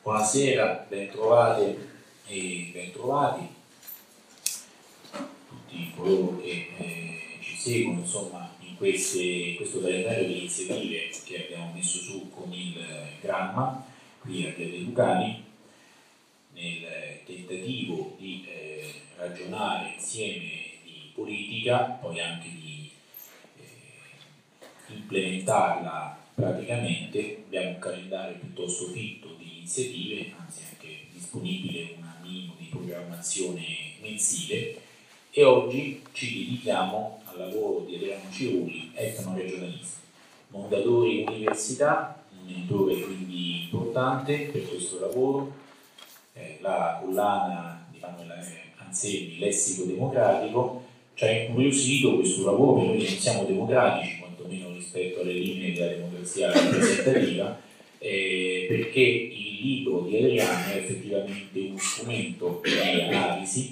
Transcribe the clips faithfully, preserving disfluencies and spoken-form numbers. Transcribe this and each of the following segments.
Buonasera, bentrovate e bentrovati tutti coloro che eh, ci seguono insomma, in, queste, in questo calendario di iniziative che abbiamo messo su con il Gramma qui a Via dei Lucani, nel tentativo di eh, ragionare insieme di politica, poi anche di eh, implementarla praticamente. Abbiamo un calendario piuttosto fitto di iniziative, anzi anche disponibile un minimo di programmazione mensile, e oggi ci dedichiamo al lavoro di Adriano Cirulli, etnoregionalista, Mondadori Università, un mentore quindi importante per questo lavoro, eh, la collana di Manuela Anselmi, Lessico Democratico. Ci ha incuriosito questo lavoro, noi non siamo democratici, quantomeno rispetto alle linee della democrazia rappresentativa, eh, perché il libro di Adriano è effettivamente uno strumento di analisi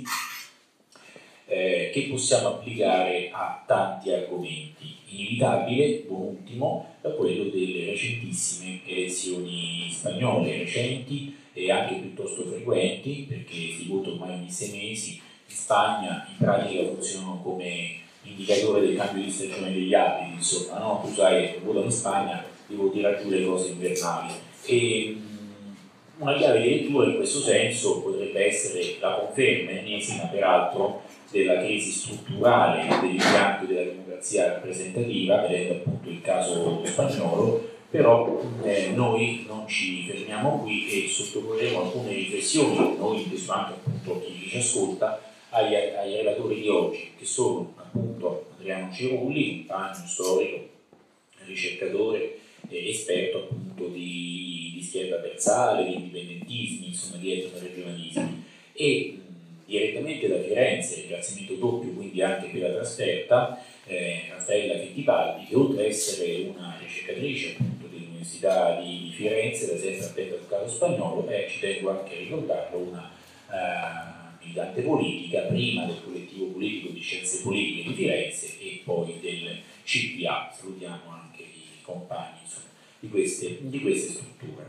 eh, che possiamo applicare a tanti argomenti. Inevitabile, buon ultimo, da quello delle recentissime elezioni spagnole, recenti e anche piuttosto frequenti, perché si vota ormai ogni sei mesi. In Spagna in pratica funzionano come indicatore del cambio di stagione degli abiti, insomma, no? Tu sai che votano in Spagna, devo tirare giù le cose invernali. E mh, una chiave di lettura in questo senso potrebbe essere la conferma ennesima, peraltro, della crisi strutturale dell'impianto della democrazia rappresentativa, vedendo appunto il caso spagnolo. Però eh, noi non ci fermiamo qui e sottoporremo alcune riflessioni, noi e anche appunto chi ci ascolta, agli, ai relatori di oggi, che sono appunto Adriano Cirulli, compagno storico, ricercatore, eh, esperto appunto di, di scheda avversale, di indipendentismi, insomma di etnoregionalismi, e mh, direttamente da Firenze, ringraziamento doppio quindi anche per la trasferta, eh, Raffaella Fittipaldi, che oltre ad essere una ricercatrice appunto dell'Università di, di Firenze, da sempre attenta sul caso spagnolo, e ci tengo anche a ricordarlo, una uh, militante politica, prima del collettivo politico di scienze politiche di Firenze e poi del C P A. Salutiamo anche i compagni insomma, di, queste, di queste strutture.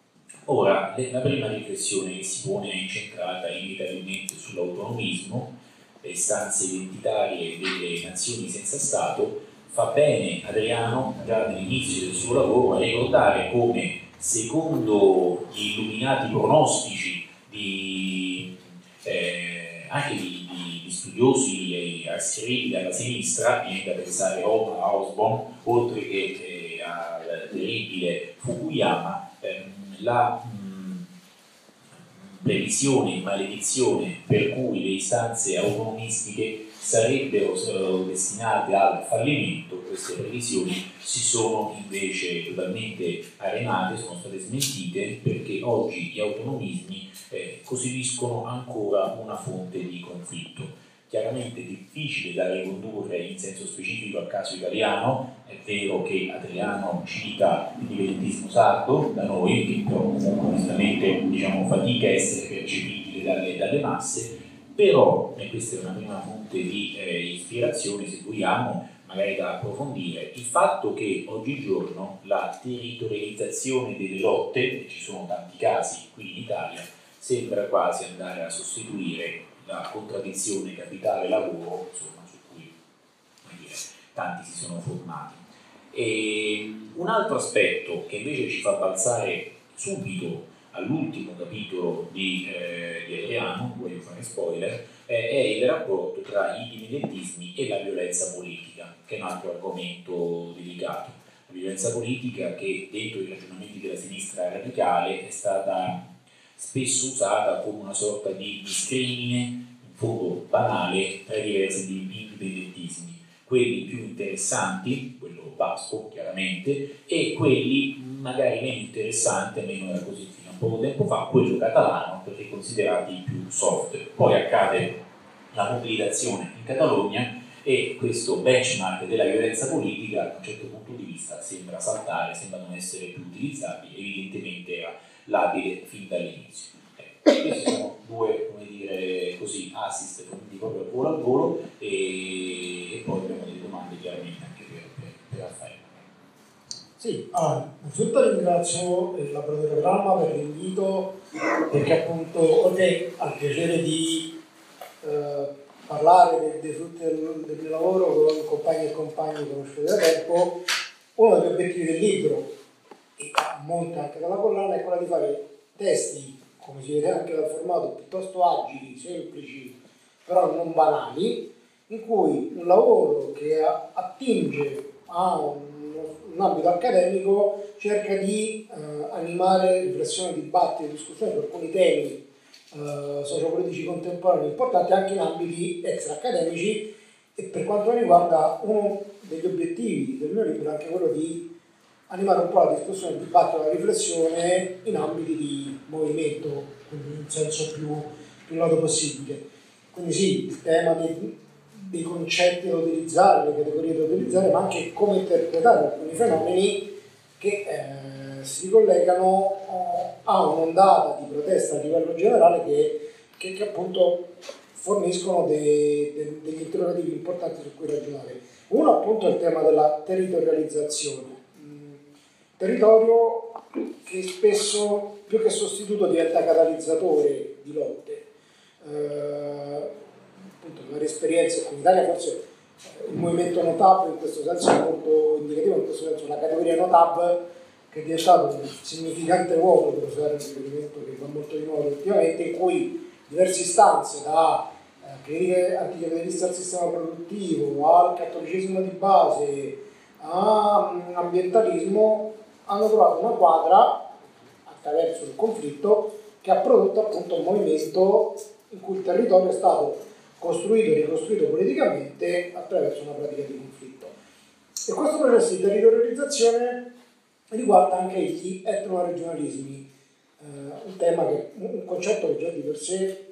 Ora, la prima riflessione che si pone è incentrata inevitabilmente sull'autonomismo, le istanze identitarie delle nazioni senza Stato. Fa bene Adriano, già dall'inizio del suo lavoro, a ricordare come, secondo gli illuminati pronostici di, eh, anche di, di, di studiosi ascritti dalla sinistra, viene da pensare a Hobsbawm, oltre che eh, al terribile Fukuyama, eh, la mh, previsione e maledizione per cui le istanze autonomistiche sarebbero uh, destinate al fallimento, queste previsioni si sono invece totalmente arenate, sono state smentite, perché oggi gli autonomismi eh, costituiscono ancora una fonte di conflitto. Chiaramente difficile da ricondurre in senso specifico al caso italiano. È vero che Adriano cita l'indipendentismo sardo da noi, che però comunque onestamente diciamo, fatica a essere percepibile dalle, dalle masse, però, e questa è una prima fonte di eh, ispirazione, se vogliamo, magari da approfondire, il fatto che oggigiorno la territorializzazione delle lotte, e ci sono tanti casi qui in Italia, sembra quasi andare a sostituire la contraddizione capitale-lavoro, insomma, su cui dire, tanti si sono formati. E un altro aspetto che invece ci fa balzare subito all'ultimo capitolo di, eh, di Adriano, non voglio fare spoiler, eh, è il rapporto tra gli indipendentismi e la violenza politica, che è un altro argomento delicato. La violenza politica che dentro i ragionamenti della sinistra radicale è stata spesso usata come una sorta di discrimine, in fondo banale, tra i diversi indipendentismi, quelli più interessanti, quello basco chiaramente, e quelli magari meno interessanti, almeno era così fino a poco tempo fa, quello catalano, perché considerati più soft. Poi accade la mobilitazione in Catalogna e questo benchmark della violenza politica da un certo punto di vista sembra saltare, sembra non essere più utilizzabile, evidentemente era labile fin dall'inizio. Eh, questi sono due, come dire così, assist forniti proprio al volo al volo, e, e poi abbiamo delle domande chiaramente anche per, per, per Raffaele. Sì, allora, Innanzitutto ringrazio il Laboratorio Gramma per l'invito, perché appunto oltre al piacere di eh, parlare dei, dei frutti del, del mio lavoro con compagni e compagni conosciuti da tempo, uno degli obiettivi del libro, e a monte anche dalla collana, è quello di fare testi, come si vede anche dal formato, piuttosto agili, semplici, però non banali, in cui un lavoro che attinge a un, un ambito accademico cerca di eh, animare riflessioni, dibattiti, discussioni su alcuni temi eh, sociopolitici contemporanei importanti anche in ambiti extra accademici. E per quanto mi riguarda, uno degli obiettivi del mio libro è anche quello di animare un po' la discussione, il dibattito, la riflessione in ambiti di movimento, quindi in senso più, più lato possibile. Quindi sì, il tema dei, dei concetti da utilizzare, le categorie da utilizzare, ma anche come interpretare alcuni fenomeni che eh, si collegano a un'ondata di protesta a livello generale che, che, che appunto forniscono dei, de, degli interrogativi importanti su cui ragionare. Uno appunto è il tema della territorializzazione. Territorio che spesso, più che sostituto, diventa catalizzatore di lotte. Eh, appunto, varie esperienze in Italia, forse il movimento Notab in questo senso è molto indicativo, in questo senso la categoria Notab, che è diventato un significante uomo, per usare un riferimento che va molto di moda ultimamente, in cui diverse istanze, da eh, critiche anticapitaliste al sistema produttivo, al cattolicesimo di base, a um, ambientalismo, hanno trovato una quadra attraverso il conflitto che ha prodotto appunto un movimento in cui il territorio è stato costruito e ricostruito politicamente attraverso una pratica di conflitto. E questo processo di territorializzazione riguarda anche gli etnoregionalismi, eh, un tema che, un concetto che già di per sé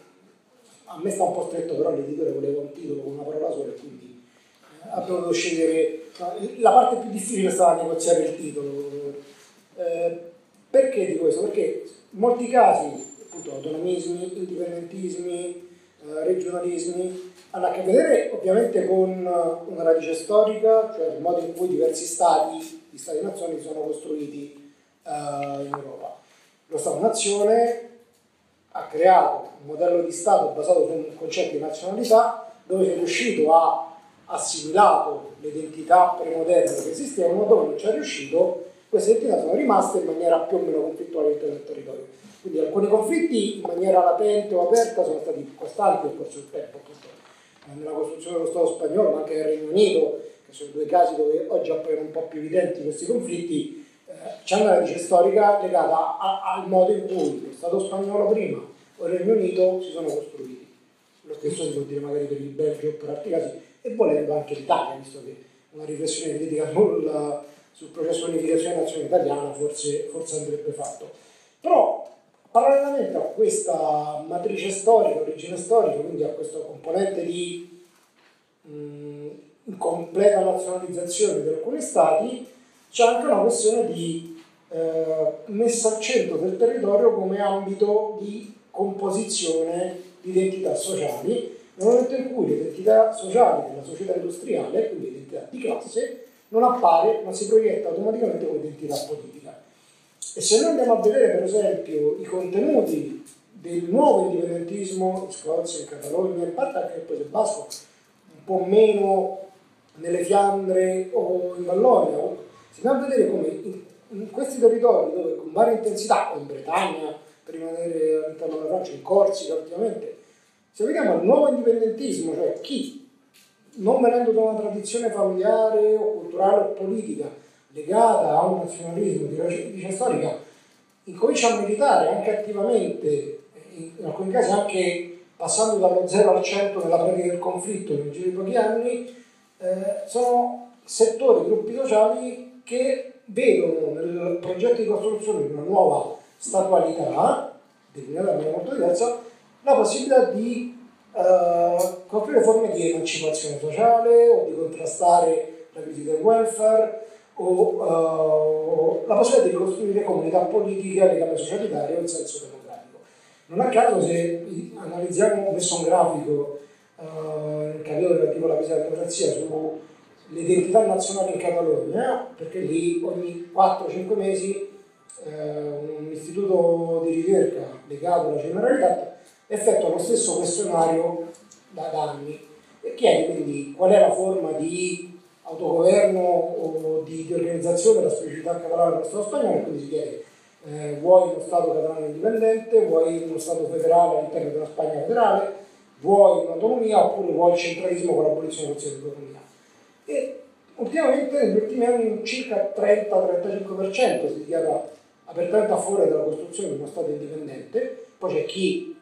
a me sta un po' stretto, però l'editore voleva un titolo con una parola sola e quindi eh, ha dovuto scegliere. La parte più difficile è stata negoziare il titolo. Eh, perché di questo? Perché in molti casi, appunto, autonomismi, indipendentismi, eh, regionalismi hanno a che vedere ovviamente con una radice storica, cioè il modo in cui diversi stati, gli stati-nazioni sono costruiti eh, in Europa. Lo Stato-nazione ha creato un modello di Stato basato su un concetto di nazionalità, dove si è riuscito a assimilato le identità premoderne che esistevano, dove non ci è riuscito, queste identità sono rimaste in maniera più o meno conflittuale all'interno del territorio. Quindi alcuni conflitti in maniera latente o aperta sono stati costanti nel corso del tempo, appunto, nella costruzione dello Stato spagnolo, ma anche nel Regno Unito, che sono due casi dove oggi appaiono un po' più evidenti questi conflitti. Eh, c'è una radice storica legata a, al modo in cui lo Stato spagnolo prima o il Regno Unito si sono costruiti. Lo stesso si può dire magari per il Belgio o per altri casi, e volendo anche l'Italia, visto che una riflessione critica sul, sul processo di unificazione nazionale italiana forse, forse andrebbe fatto. Però parallelamente a questa matrice storica, origine storica, quindi a questo componente di mh, completa nazionalizzazione di alcuni stati, c'è anche una questione di eh, messa al centro del territorio come ambito di composizione di identità sociali, nel momento in cui l'identità sociale della società industriale, quindi l'identità di classe, non appare, non si proietta automaticamente come identità politica. E se noi andiamo a vedere per esempio i contenuti del nuovo indipendentismo in Scozia, in Catalogna, in parte anche nel Paese Basco, un po' meno nelle Fiandre o in Vallonia, si va a vedere come in, in questi territori dove con varie intensità, o in Bretagna, per rimanere all'interno della Francia, in Corsica ultimamente, se vediamo il nuovo indipendentismo, cioè chi, non venendo da una tradizione familiare o culturale o politica legata a un nazionalismo di radice storica, incomincia a militare anche attivamente, in alcuni casi anche passando dallo zero al cento nella pratica del conflitto nel giro di pochi anni, eh, sono settori, gruppi sociali che vedono nel progetto di costruzione di una nuova statualità, declinata in maniera molto diversa, la possibilità di uh, costruire forme di emancipazione sociale o di contrastare la crisi del welfare o uh, la possibilità di costruire comunità politiche a legame socialitario in senso democratico. Non a caso, se analizziamo, ho messo un grafico uh, nel capitolo relativo alla crisi della democrazia su l'identità nazionale in Catalogna, perché lì ogni quattro cinque mesi eh, un istituto di ricerca legato alla Generalitat effettua lo stesso questionario da, da anni e chiede quindi qual è la forma di autogoverno o di, di organizzazione della specificità catalana dello Stato spagnolo, quindi si chiede eh, vuoi uno Stato catalano indipendente, vuoi uno Stato federale all'interno della Spagna federale, vuoi un'autonomia oppure vuoi il centralismo con l'abolizione del Consiglio di autonomia. E ultimamente negli ultimi anni circa trenta trentacinque per cento si dichiara apertamente a favore della costruzione di uno Stato indipendente, poi c'è chi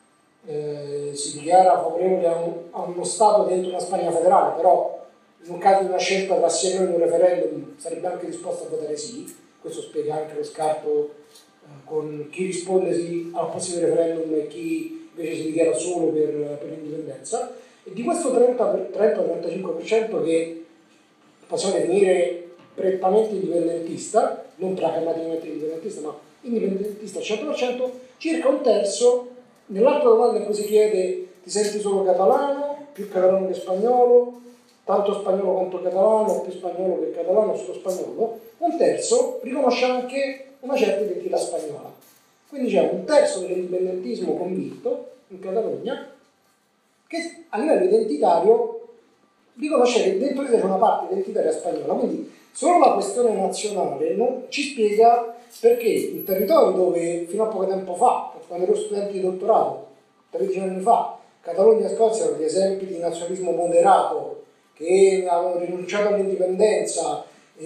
eh, si dichiara favorevole a, un, a uno Stato dentro una Spagna federale, però in un caso di una scelta tra sì e no in un referendum sarebbe anche disposto a votare sì. Questo spiega anche lo scarto eh, con chi risponde sì al possibile referendum e chi invece si dichiara solo per, per l'indipendenza. E di questo trenta trentacinque per cento che possiamo definire prettamente indipendentista, non pragmaticamente indipendentista, ma indipendentista al cento per cento, circa un terzo, nell'altra domanda in cui si chiede ti senti solo catalano, più catalano che spagnolo, tanto spagnolo quanto catalano, più spagnolo che catalano, solo spagnolo, un terzo riconosce anche una certa identità spagnola. Quindi c'è un terzo dell'indipendentismo convinto in Catalogna che a livello identitario riconosce che dentro di sé c'è una parte identitaria spagnola. Quindi solo la questione nazionale non ci spiega perché in territori dove fino a poco tempo fa, quando ero studente di dottorato, tredici anni fa, Catalogna e Scozia erano gli esempi di nazionalismo moderato che avevano rinunciato all'indipendenza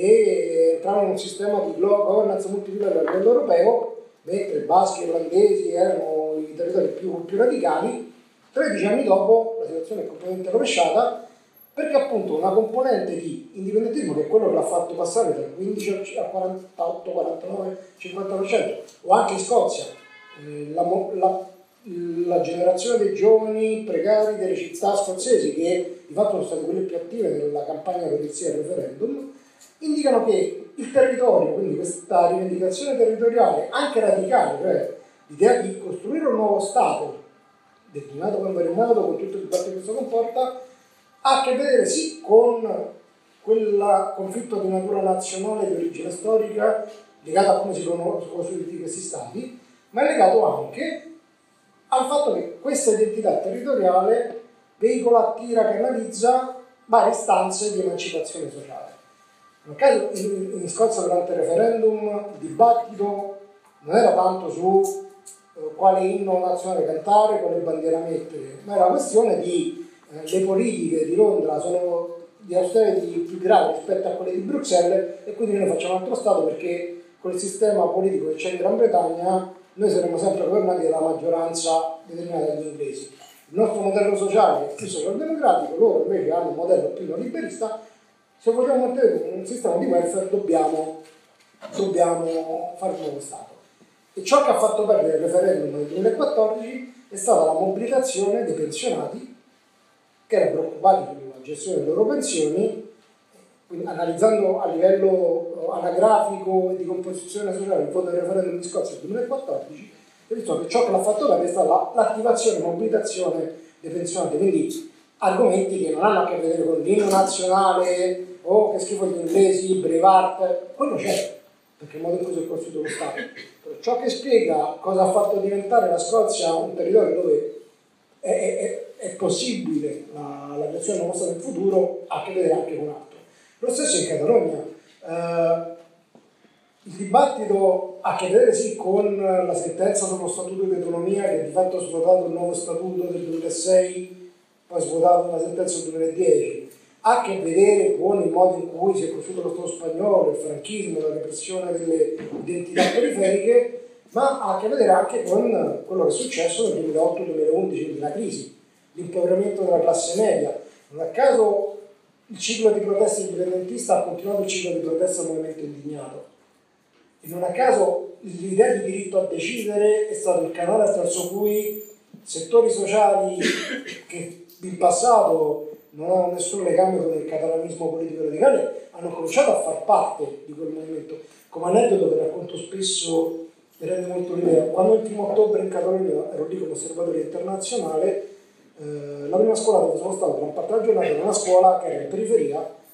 e entravano in un sistema di governance multilivello a livello europeo, mentre baschi e irlandesi erano i territori più, più radicali. tredici anni dopo la situazione è completamente rovesciata, perché appunto una componente di indipendentismo, che è quello che l'ha fatto passare dal quindici al quarantotto, quarantanove, cinquanta per cento, o anche in Scozia, eh, la, la, la generazione dei giovani precari delle città scozzesi, che di fatto sono state quelle più attive nella campagna polizia del referendum, indicano che il territorio, quindi questa rivendicazione territoriale anche radicale, cioè l'idea di costruire un nuovo Stato, declinato come in modo, con tutto il dibattito che questo comporta, ha a che vedere sì con quel conflitto di natura nazionale di origine storica legato a come si sono costruiti questi stati, ma è legato anche al fatto che questa identità territoriale veicola, attira, canalizza varie istanze di emancipazione sociale. Nel caso in, in Scozia durante il referendum il dibattito non era tanto su eh, quale inno nazionale cantare, quale bandiera mettere, ma era una questione di le politiche di Londra sono di austerity più gravi rispetto a quelle di Bruxelles e quindi noi facciamo un altro Stato perché con il sistema politico che c'è in Gran Bretagna noi saremo sempre governati dalla maggioranza determinata dagli inglesi. Il nostro modello sociale è più socialdemocratico, loro invece hanno un modello più neoliberista. Se vogliamo mantenere un sistema di welfare dobbiamo, dobbiamo fare un nuovo Stato. E ciò che ha fatto perdere il referendum nel duemilaquattordici è stata la mobilitazione dei pensionati che erano preoccupati sulla gestione delle loro pensioni, quindi analizzando a livello anagrafico e di composizione sociale il voto del referendum di Scozia del duemilaquattordici, e visto che ciò che l'ha fatto perdere è stata l'attivazione e la mobilitazione dei pensionati, quindi argomenti che non hanno a che vedere con l'inno nazionale o che schifo gli inglesi, Brevard, quello c'è, perché è il modo in cui si è costruito lo Stato. Però ciò che spiega cosa ha fatto diventare la Scozia un territorio dove è, è, è possibile la, la creazione di una Stato nel futuro ha a che vedere anche con altro. Lo stesso in Catalogna. Eh, il dibattito ha a che vedere sì con la sentenza sullo Statuto di autonomia che di fatto ha svuotato il nuovo Statuto del duemilasei, poi ha svuotato una sentenza del duemiladieci. Ha a che vedere con il modo in cui si è costruito lo Stato spagnolo, il franchismo, la repressione delle identità periferiche, ma ha a che vedere anche con quello che è successo nel duemilaotto duemilaundici, quindi la crisi, l'impoverimento della classe media. Non a caso il ciclo di protesta indipendentista ha continuato il ciclo di protesta del movimento indignato. E non a caso l'idea di diritto a decidere è stato il canale attraverso cui settori sociali che in passato non avevano nessun legame con il catalanismo politico radicale hanno cominciato a far parte di quel movimento. Come aneddoto che racconto spesso, mi rende molto l'idea, quando il primo ottobre in Catalogna ero lì come osservatore internazionale, eh, la prima scuola dove sono stato per un parte della giornata era una scuola che era in periferia,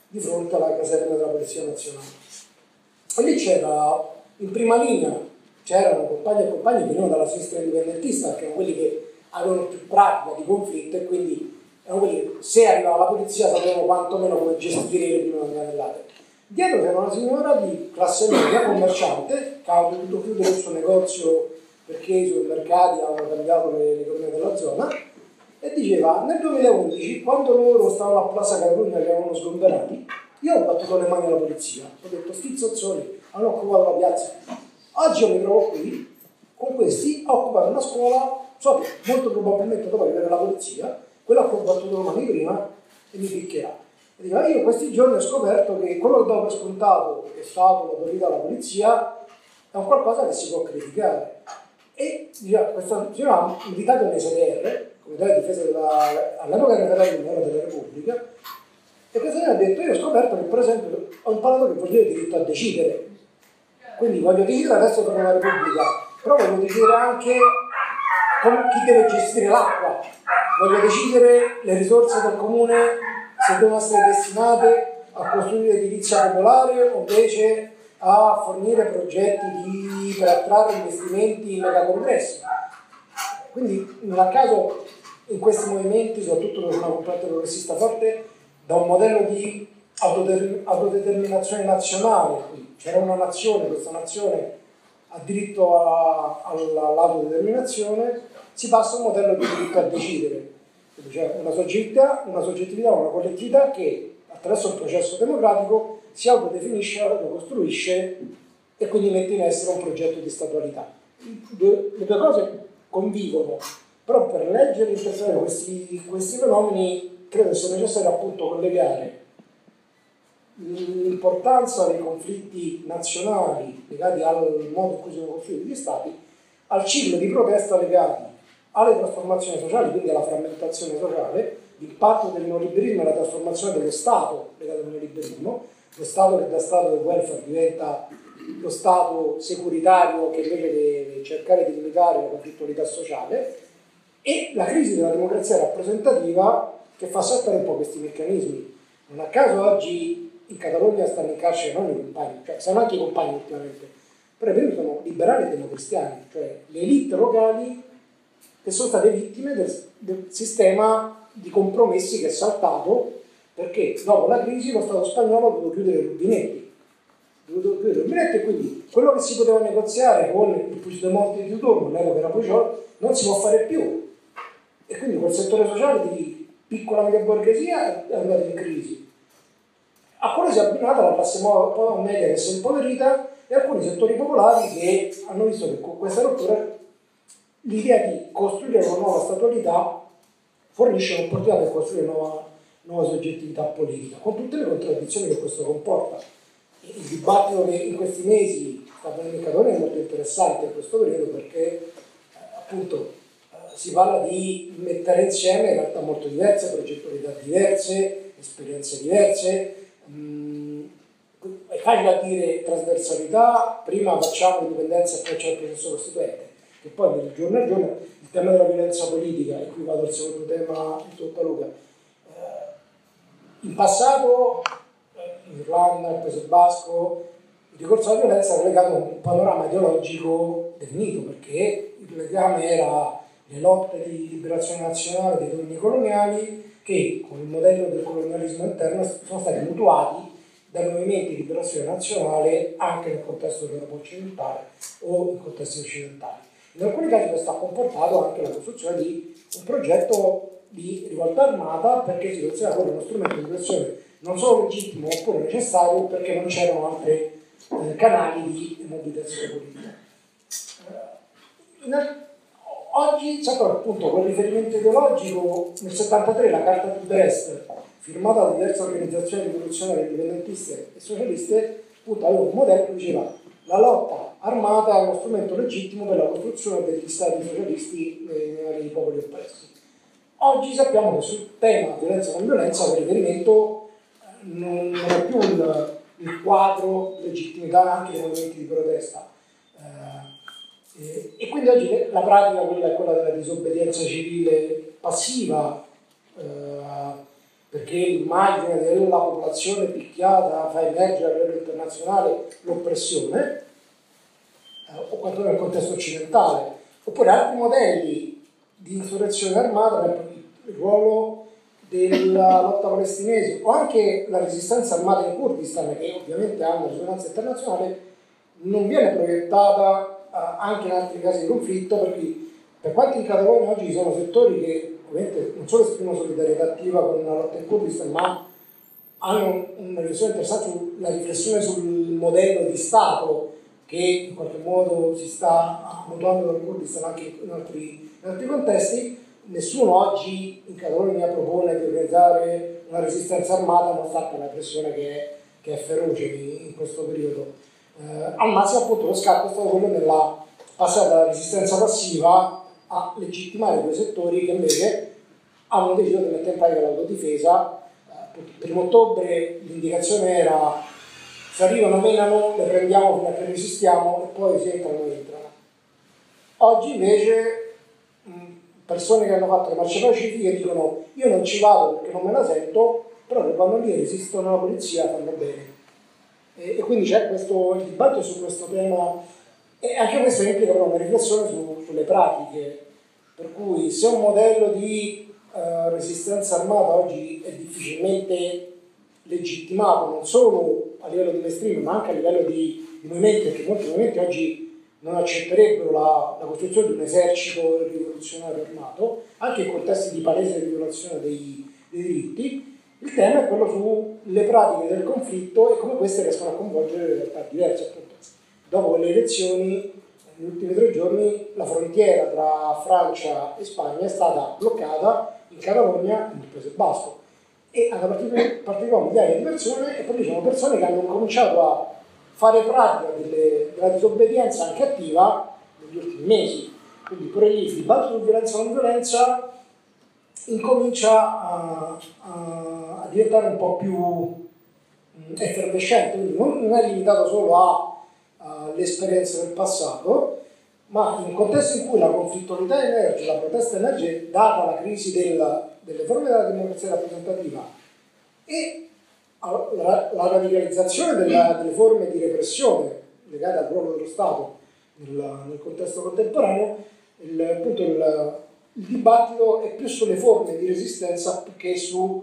di fronte alla caserma della Polizia Nazionale. E lì c'era, in prima linea, c'erano compagni e compagni che venivano dalla sinistra indipendentista, che erano quelli che avevano più pratica di conflitto e quindi erano quelli che, se arrivava la polizia, sapevano quantomeno come gestire le prime manganellate. Dietro c'era una signora di classe media, commerciante, che aveva dovuto chiudere il suo negozio perché i supermercati avevano cambiato le, le economie della zona, e diceva: nel duemilaundici, quando loro stavano a Plaza Catalunya che erano sgomberati, io ho battuto le mani alla polizia, ho detto sti zozzoli hanno occupato la piazza, oggi io mi trovo qui con questi a occupare una scuola, so che molto probabilmente dopo arrivare la polizia, quella che ho battuto le mani prima e mi picchierà. E diceva: io questi giorni ho scoperto che quello che dopo è scontato, che è stato l'autorità della polizia, è un qualcosa che si può criticare. E diceva, questa signora ha militato nei S D R, Comunità di Difesa della, all'epoca del referendum era della Repubblica, e questa signora ha detto: io ho scoperto che per esempio ho imparato che vuol dire diritto a decidere, quindi voglio decidere adesso per una Repubblica, però voglio decidere anche con chi deve gestire l'acqua, voglio decidere le risorse del comune se devono essere destinate a costruire edilizia popolare o invece a fornire progetti di, per attrarre investimenti in megacongressi. Quindi non a caso in questi movimenti, soprattutto per una componente progressista forte, da un modello di autodeterminazione nazionale, c'era una nazione, questa nazione ha diritto all'autodeterminazione, si passa a un modello di diritto a decidere, quindi c'è una soggettività, una soggettività, una collettività che attraverso un processo democratico si autodefinisce, autocostruisce e quindi mette in essere un progetto di statualità. Le due cose convivono, però per leggere e interpretare questi, questi fenomeni credo sia necessario appunto collegare l'importanza dei conflitti nazionali legati al modo in cui sono costruiti gli stati al ciclo di protesta legati alle trasformazioni sociali, quindi alla frammentazione sociale, l'impatto del neoliberismo e la trasformazione dello Stato legato al neoliberismo, lo Stato che da Stato del welfare diventa lo Stato securitario che invece deve cercare di limitare la conflittualità sociale, e la crisi della democrazia rappresentativa che fa saltare un po' questi meccanismi. Non a caso oggi in Catalogna stanno in carcere non i compagni, cioè stanno anche i compagni ultimamente, però i sono liberali e democristiani, cioè le elite locali che sono state vittime del, del sistema di compromessi che è saltato perché dopo la crisi lo Stato spagnolo ha dovuto chiudere i rubinetti, ha dovuto chiudere i rubinetti e quindi quello che si poteva negoziare con il Puigdemont di turno, all'epoca era Pujol, non si può fare più, e quindi quel settore sociale di piccola media borghesia è andato in crisi. A quello si è abbinata la classe media che si è impoverita e alcuni settori popolari che hanno visto che con questa rottura l'idea di costruire una nuova statualità fornisce un'opportunità per costruire una nuova, nuova soggettività politica, con tutte le contraddizioni che questo comporta. Il dibattito che in questi mesi sta avvenendo in Catalogna è molto interessante in questo periodo perché eh, appunto eh, si parla di mettere insieme realtà molto diverse, progettualità diverse, esperienze diverse. Mm, è facile a dire trasversalità, prima facciamo l'indipendenza e poi c'è il processo costituente, che poi nel giorno a giorno il tema della violenza politica, e qui vado al secondo tema di Tuttaluga, eh, in passato eh, in Irlanda, nel Paese Basco, il ricorso alla violenza era legato a un panorama ideologico definito, perché il legame era le lotte di liberazione nazionale dei domini coloniali che con il modello del colonialismo interno sono stati mutuati dai movimenti di liberazione nazionale anche nel contesto dell'Europa occidentale o in contesti occidentali. In alcuni casi questo ha comportato anche la costruzione di un progetto di rivolta armata perché si considerava uno strumento di liberazione non solo legittimo oppure necessario perché non c'erano altri eh, canali di mobilitazione politica. Eh, oggi, sempre appunto quel riferimento ideologico, nel settantatré la Carta di Brest, firmata da diverse organizzazioni rivoluzionarie indipendentiste e socialiste, appunto aveva un modello che diceva la lotta armata è uno strumento legittimo per la costruzione degli stati socialisti nei popoli oppressi. Oggi sappiamo che sul tema violenza non violenza il riferimento non è più il, il quadro di legittimità anche dei movimenti di protesta. Eh, e, e quindi oggi la pratica quella è quella della disobbedienza civile passiva, eh, perché l'immagine della popolazione picchiata fa emergere a livello internazionale l'oppressione, eh, o quanto nel contesto occidentale, oppure altri modelli di insurrezione armata, per il ruolo della lotta palestinese o anche la resistenza armata in Kurdistan, che ovviamente ha una risonanza internazionale, non viene proiettata uh, anche in altri casi di conflitto, perché per quanto in Catalogna oggi ci sono settori che ovviamente non solo esprimono solidarietà attiva con la lotta in Kurdistan, ma hanno una riflessione interessante sulla riflessione sul modello di Stato che in qualche modo si sta mutuando dal Kurdistan anche in altri, in altri contesti. Nessuno oggi in Catalogna propone di organizzare una resistenza armata, nonostante la pressione che è, che è feroce in questo periodo. Eh, al massimo appunto lo scatto è stato quello nella passata dalla resistenza passiva a legittimare quei settori che invece hanno deciso di mettere in pratica l'autodifesa. Eh, il primo ottobre l'indicazione era: se arrivano menano, le prendiamo fino a che resistiamo e poi si entrano entrano. Oggi invece mh, persone che hanno fatto le marce pacifiche dicono: io non ci vado perché non me la sento, però che vanno lì e resistono alla polizia fanno bene. E, e quindi c'è questo il dibattito su questo tema, e anche questo implica però una riflessione su, sulle pratiche, per cui se un modello di uh, resistenza armata oggi è difficilmente legittimato non solo a livello di mainstream ma anche a livello di, di movimenti, perché molti movimenti oggi non accetterebbero la, la costruzione di un esercito rivoluzionario armato, anche in contesti di palese violazione dei, dei diritti. Il tema è quello sulle pratiche del conflitto e come queste riescono a coinvolgere realtà diverse. Appunto, dopo le elezioni, negli ultimi tre giorni, la frontiera tra Francia e Spagna è stata bloccata in Catalogna e nel Paese Basco. E hanno partecipato migliaia di persone, e poi ci sono persone che hanno cominciato a fare pratica delle, della disobbedienza anche attiva negli ultimi mesi. Quindi pure lì il dibattito su violenza o non violenza incomincia a, a, a diventare un po' più mh, effervescente, quindi non, non è limitato solo all'esperienza del passato, ma in un contesto in cui la conflittualità emerge, la protesta emerge data la crisi della, delle forme della democrazia rappresentativa e la, la radicalizzazione della, delle forme di repressione legate al ruolo dello Stato nel, nel contesto contemporaneo. Il, appunto il, il dibattito è più sulle forme di resistenza che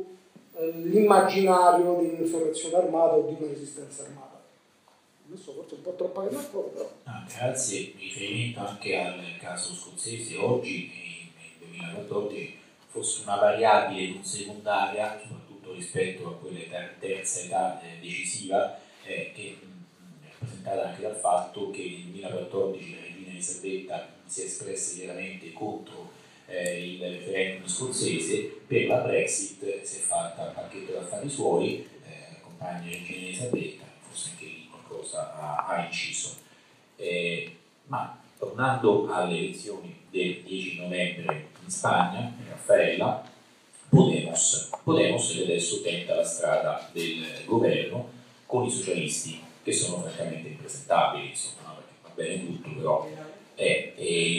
sull'immaginario di un'insurrezione armata o di una resistenza armata. Adesso forse un po' troppo che non però. Ah, grazie. In riferimento anche al caso scozzese, oggi nel duemilaquattordici fosse una variabile non secondaria, soprattutto rispetto a quelle terza età eh, decisiva, eh, che mh, è rappresentata anche dal fatto che nel duemilaquattordici la regina Elisabetta si è espressa chiaramente contro eh, il referendum scozzese. Per la Brexit si è fatta un pacchetto d'affari suoi, eh, accompagna la regina Elisabetta, forse anche lì qualcosa ha, ha inciso. Eh, ma tornando alle elezioni del dieci novembre in Spagna, in Raffaella, Podemos, Podemos adesso tenta la strada del governo con i socialisti, che sono francamente impresentabili, insomma, perché va bene tutto, però è,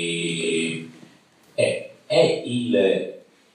è, è, è il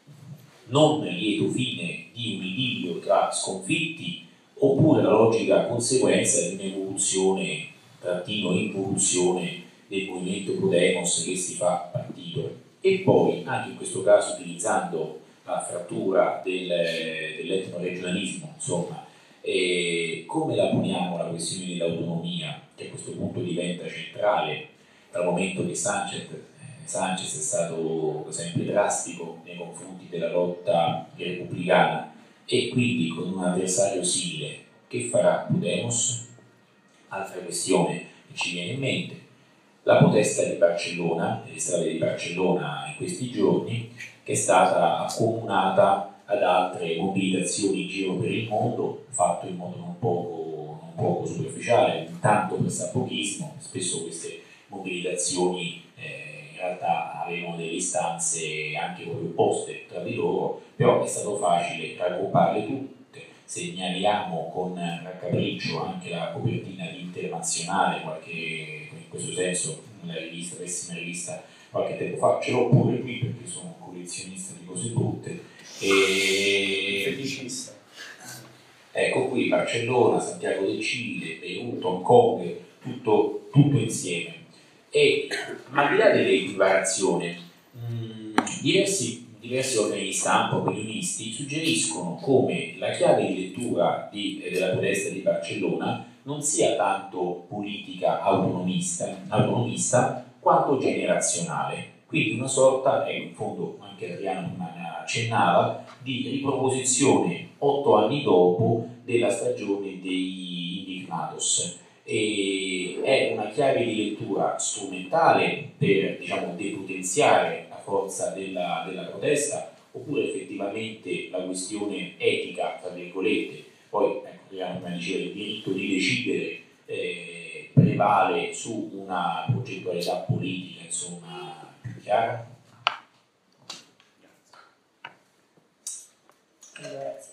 non lieto fine di un idillio tra sconfitti, oppure la logica conseguenza di un'evoluzione, trattino involuzione del movimento Podemos che si fa partito. E poi, anche in questo caso, utilizzando la frattura del, dell'etnoregionalismo, insomma, eh, come la poniamo la questione dell'autonomia, che a questo punto diventa centrale, dal momento che Sanchez, eh, Sanchez è stato sempre drastico nei confronti della lotta repubblicana, e quindi con un avversario simile, che farà Podemos? Altra questione che ci viene in mente: la protesta di Barcellona, delle strade di Barcellona in questi giorni, che è stata accomunata ad altre mobilitazioni in giro per il mondo, fatto in modo non poco, non poco superficiale, intanto pressapochismo. Spesso queste mobilitazioni eh, in realtà avevano delle istanze anche proprio opposte tra di loro, però è stato facile raggrupparle tutte. Segnaliamo con raccapriccio anche la copertina di Internazionale, qualche, in questo senso nella rivista, pessima rivista, qualche tempo fa, ce l'ho pure qui perché sono un collezionista di cose brutte. E... feticista. Ecco qui Barcellona, Santiago del Cile, Beirut, Hong Kong, tutto, tutto insieme. E al di là dell'equiparazione, mh, diversi, diversi organi di stampa, opinionisti, suggeriscono come la chiave di lettura di, eh, della protesta di Barcellona non sia tanto politica autonomista, autonomista quanto generazionale. Quindi una sorta, e in fondo anche Adriano accennava, di riproposizione otto anni dopo della stagione dei Indignados. E è una chiave di lettura strumentale per, diciamo, depotenziare la forza della, della protesta, oppure effettivamente la questione etica, tra virgolette, poi ecco, come diceva, il diritto di decidere eh, prevale su una progettualità politica, insomma, più chiara? Grazie.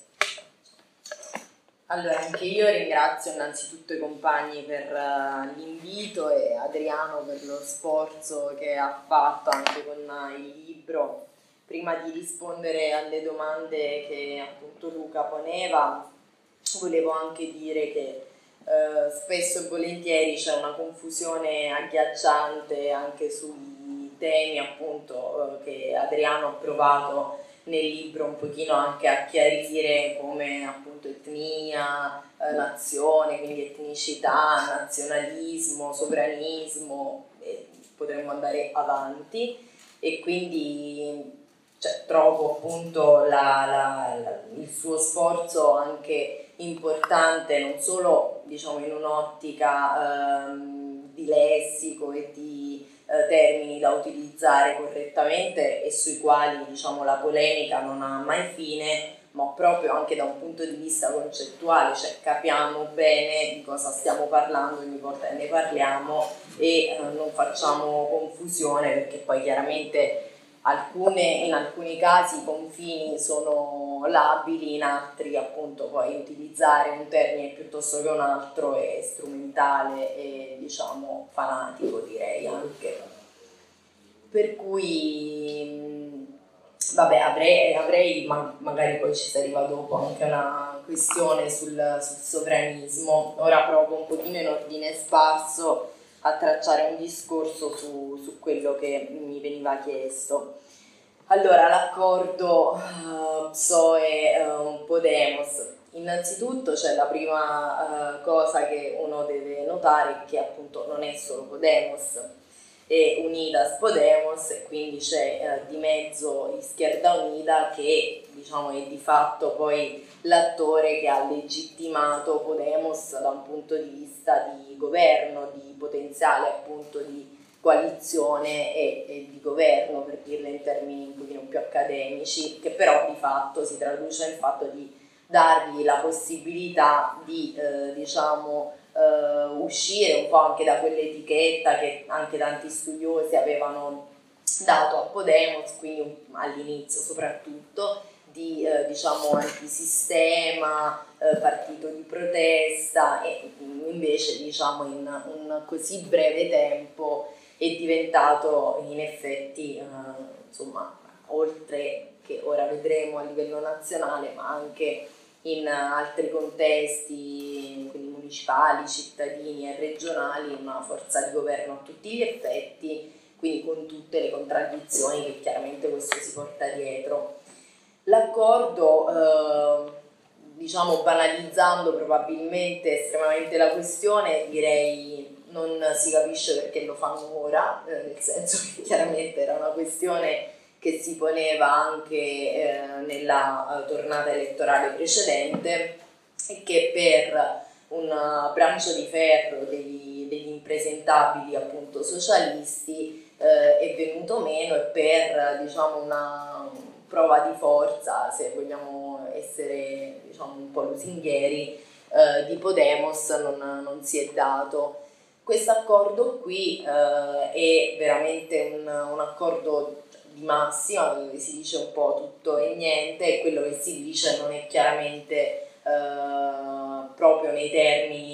Allora, anche io ringrazio innanzitutto i compagni per uh, l'invito e Adriano per lo sforzo che ha fatto anche con uh, il libro. Prima di rispondere alle domande che appunto Luca poneva, volevo anche dire che uh, spesso e volentieri c'è una confusione agghiacciante anche sui temi appunto uh, che Adriano ha provato nel libro un pochino anche a chiarire, come appunto etnia, eh, nazione, quindi etnicità, nazionalismo, sovranismo, e potremmo andare avanti, e quindi cioè, trovo appunto la, la, la, il suo sforzo anche importante, non solo diciamo in un'ottica ehm, di lessico e di termini da utilizzare correttamente e sui quali diciamo la polemica non ha mai fine, ma proprio anche da un punto di vista concettuale, cioè capiamo bene di cosa stiamo parlando ogni volta che ne parliamo e eh, non facciamo confusione, perché poi chiaramente alcune, in alcuni casi i confini sono labili, in altri appunto poi utilizzare un termine piuttosto che un altro è strumentale e diciamo fanatico, direi anche. Per cui vabbè, avrei, avrei ma magari poi ci si arriva dopo anche una questione sul, sul sovranismo. Ora provo un pochino in ordine sparso a tracciare un discorso su, su quello che mi veniva chiesto. Allora, l'accordo uh, P S O E-Podemos. Uh, Innanzitutto c'è la prima uh, cosa che uno deve notare, che appunto non è solo Podemos, è Unidas Podemos, e quindi c'è uh, di mezzo Izquierda Unida, che diciamo è di fatto poi l'attore che ha legittimato Podemos da un punto di vista di governo, di potenziale appunto di coalizione e, e di governo, per dirla in termini un pochino più accademici, che però di fatto si traduce nel fatto di dargli la possibilità di eh, diciamo eh, uscire un po' anche da quell'etichetta che anche tanti studiosi avevano dato a Podemos, quindi all'inizio soprattutto di eh, diciamo antisistema, eh, partito di protesta, e invece diciamo in un così breve tempo è diventato in effetti eh, insomma, oltre che ora vedremo a livello nazionale, ma anche in altri contesti, quindi municipali, cittadini e regionali, una forza di governo a tutti gli effetti, quindi con tutte le contraddizioni che chiaramente questo si porta dietro. L'accordo, eh, diciamo banalizzando probabilmente estremamente la questione, direi non si capisce perché lo fanno ora, eh, nel senso che chiaramente era una questione che si poneva anche eh, nella uh, tornata elettorale precedente, e che per un braccio di ferro degli, degli impresentabili appunto socialisti eh, è venuto meno, e per diciamo una prova di forza, se vogliamo essere diciamo un po' lusinghieri, eh, di Podemos non, non si è dato. Questo accordo qui eh, è veramente un, un accordo di massima, dove si dice un po' tutto e niente, e quello che si dice non è chiaramente eh, proprio nei termini di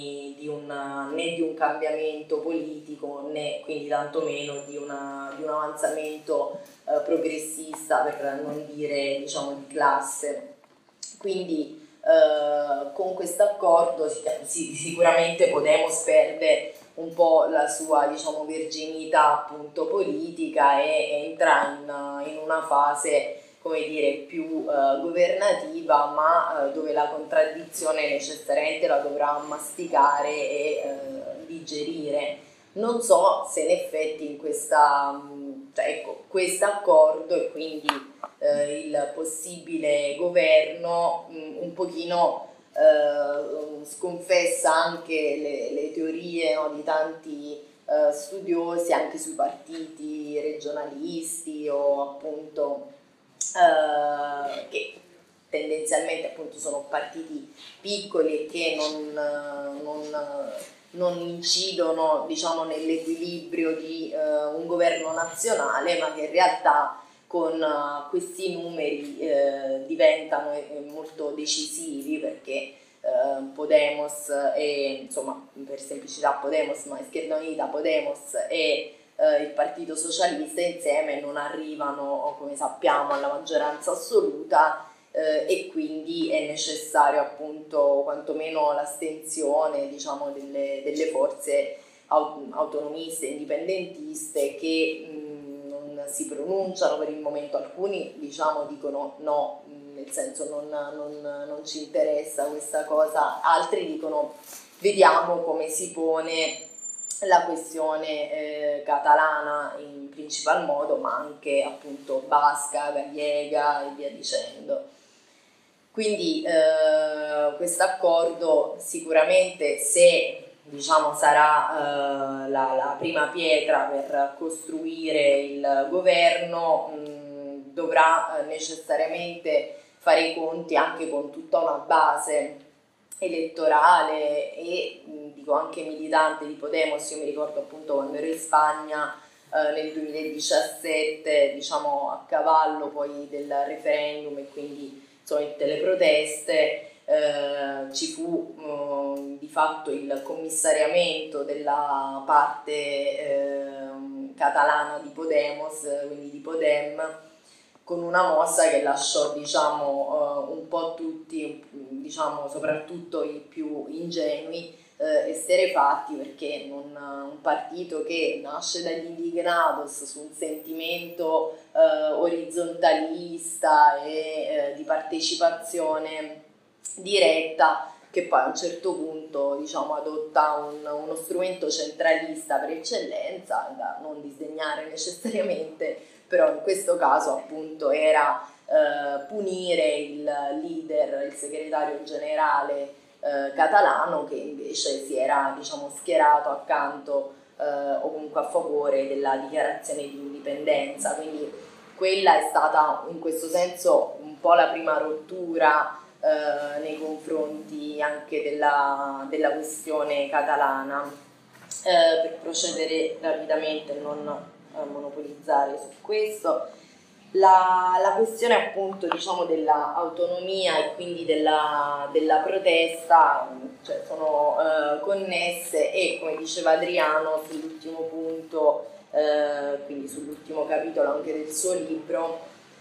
di un, né di un cambiamento politico né quindi tantomeno di, una, di un avanzamento eh, progressista, per non dire diciamo di classe. Quindi eh, con questo accordo si, sicuramente Podemos perde un po' la sua diciamo virginità appunto politica e entra in, in una fase come dire più eh, governativa, ma eh, dove la contraddizione necessariamente la dovrà masticare e eh, digerire. Non so se in effetti in questa cioè, ecco, questo accordo e quindi eh, il possibile governo mh, un pochino eh, sconfessa anche le, le teorie, no, di tanti eh, studiosi anche sui partiti regionalisti o appunto eh, che tendenzialmente appunto sono partiti piccoli e che non, non non incidono diciamo nell'equilibrio di uh, un governo nazionale, ma che in realtà con uh, questi numeri uh, diventano eh, molto decisivi, perché uh, Podemos e insomma per semplicità Podemos, ma Izquierda Unita, Podemos e uh, il Partito Socialista insieme non arrivano, come sappiamo, alla maggioranza assoluta. Eh, e quindi è necessario appunto quantomeno l'astensione diciamo delle, delle forze aut- autonomiste, indipendentiste che mh, non si pronunciano per il momento. Alcuni diciamo dicono no, mh, nel senso non, non, non ci interessa questa cosa, altri dicono vediamo come si pone la questione eh, catalana in principal modo, ma anche appunto basca, gallega e via dicendo. Quindi eh, questo accordo sicuramente, se diciamo sarà eh, la, la prima pietra per costruire il governo, mh, dovrà eh, necessariamente fare i conti anche con tutta una base elettorale e mh, dico anche militante di Podemos. Io mi ricordo appunto quando ero in Spagna eh, nel duemiladiciassette, diciamo a cavallo poi del referendum e quindi tutte le proteste, eh, ci fu eh, di fatto il commissariamento della parte eh, catalana di Podemos, quindi di Podem, con una mossa che lasciò diciamo eh, un po' tutti, diciamo soprattutto i più ingenui, eh, esterrefatti, perché non, un partito che nasce dagli indignados su un sentimento eh, orizzontalista e eh, di partecipazione diretta, che poi a un certo punto diciamo adotta un, uno strumento centralista per eccellenza, da non disdegnare necessariamente, però in questo caso appunto era eh, punire il leader, il segretario generale Eh, catalano, che invece si era diciamo schierato accanto eh, o comunque a favore della dichiarazione di indipendenza. Quindi quella è stata in questo senso un po' la prima rottura eh, nei confronti anche della, della questione catalana. Eh, per procedere rapidamente e non eh, monopolizzare su questo, La, la questione appunto diciamo dell'autonomia e quindi della, della protesta, cioè, sono eh, connesse e, come diceva Adriano sull'ultimo punto, eh, quindi sull'ultimo capitolo anche del suo libro,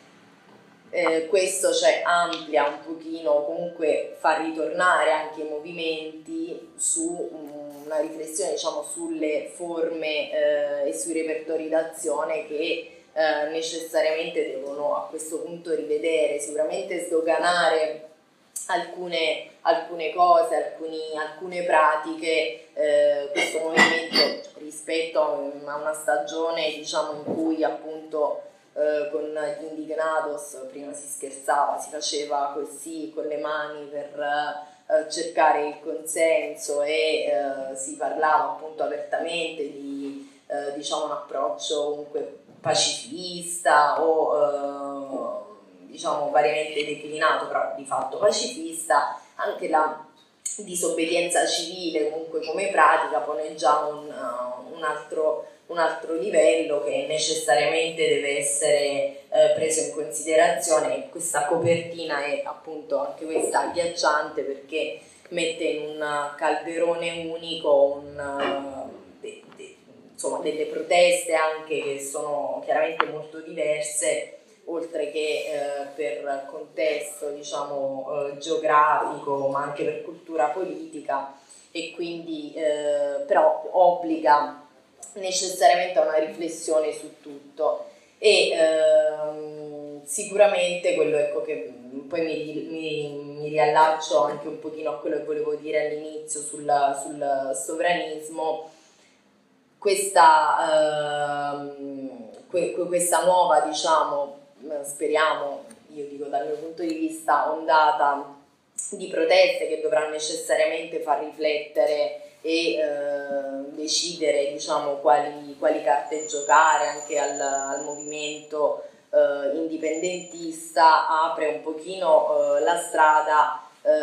eh, questo cioè amplia un pochino, comunque fa ritornare anche i movimenti su una riflessione diciamo sulle forme eh, e sui repertori d'azione che Eh, necessariamente devono a questo punto rivedere, sicuramente sdoganare alcune, alcune cose, alcuni, alcune pratiche. Eh, questo movimento rispetto a una stagione diciamo in cui appunto eh, con gli indignados prima si scherzava, si faceva così con le mani per eh, cercare il consenso e eh, si parlava appunto apertamente di eh, diciamo un approccio comunque pacifista o eh, diciamo variamente declinato, però di fatto pacifista. Anche la disobbedienza civile comunque come pratica pone già un, uh, un, altro, un altro livello che necessariamente deve essere eh, preso in considerazione. Questa copertina è appunto anche questa agghiacciante, perché mette in un calderone unico un, de, de, insomma, delle proteste anche che sono chiaramente molto diverse, oltre che eh, per contesto, diciamo, eh, geografico, ma anche per cultura politica, e quindi eh, però obbliga necessariamente a una riflessione su tutto. E ehm, sicuramente quello, ecco, che poi mi, mi, mi riallaccio anche un pochino a quello che volevo dire all'inizio sul, sul sovranismo, questa, ehm, que, questa nuova, diciamo, speriamo, io dico dal mio punto di vista, ondata di proteste che dovrà necessariamente far riflettere e eh, decidere, diciamo, quali, quali carte giocare anche al, al movimento eh, indipendentista, apre un pochino eh, la strada,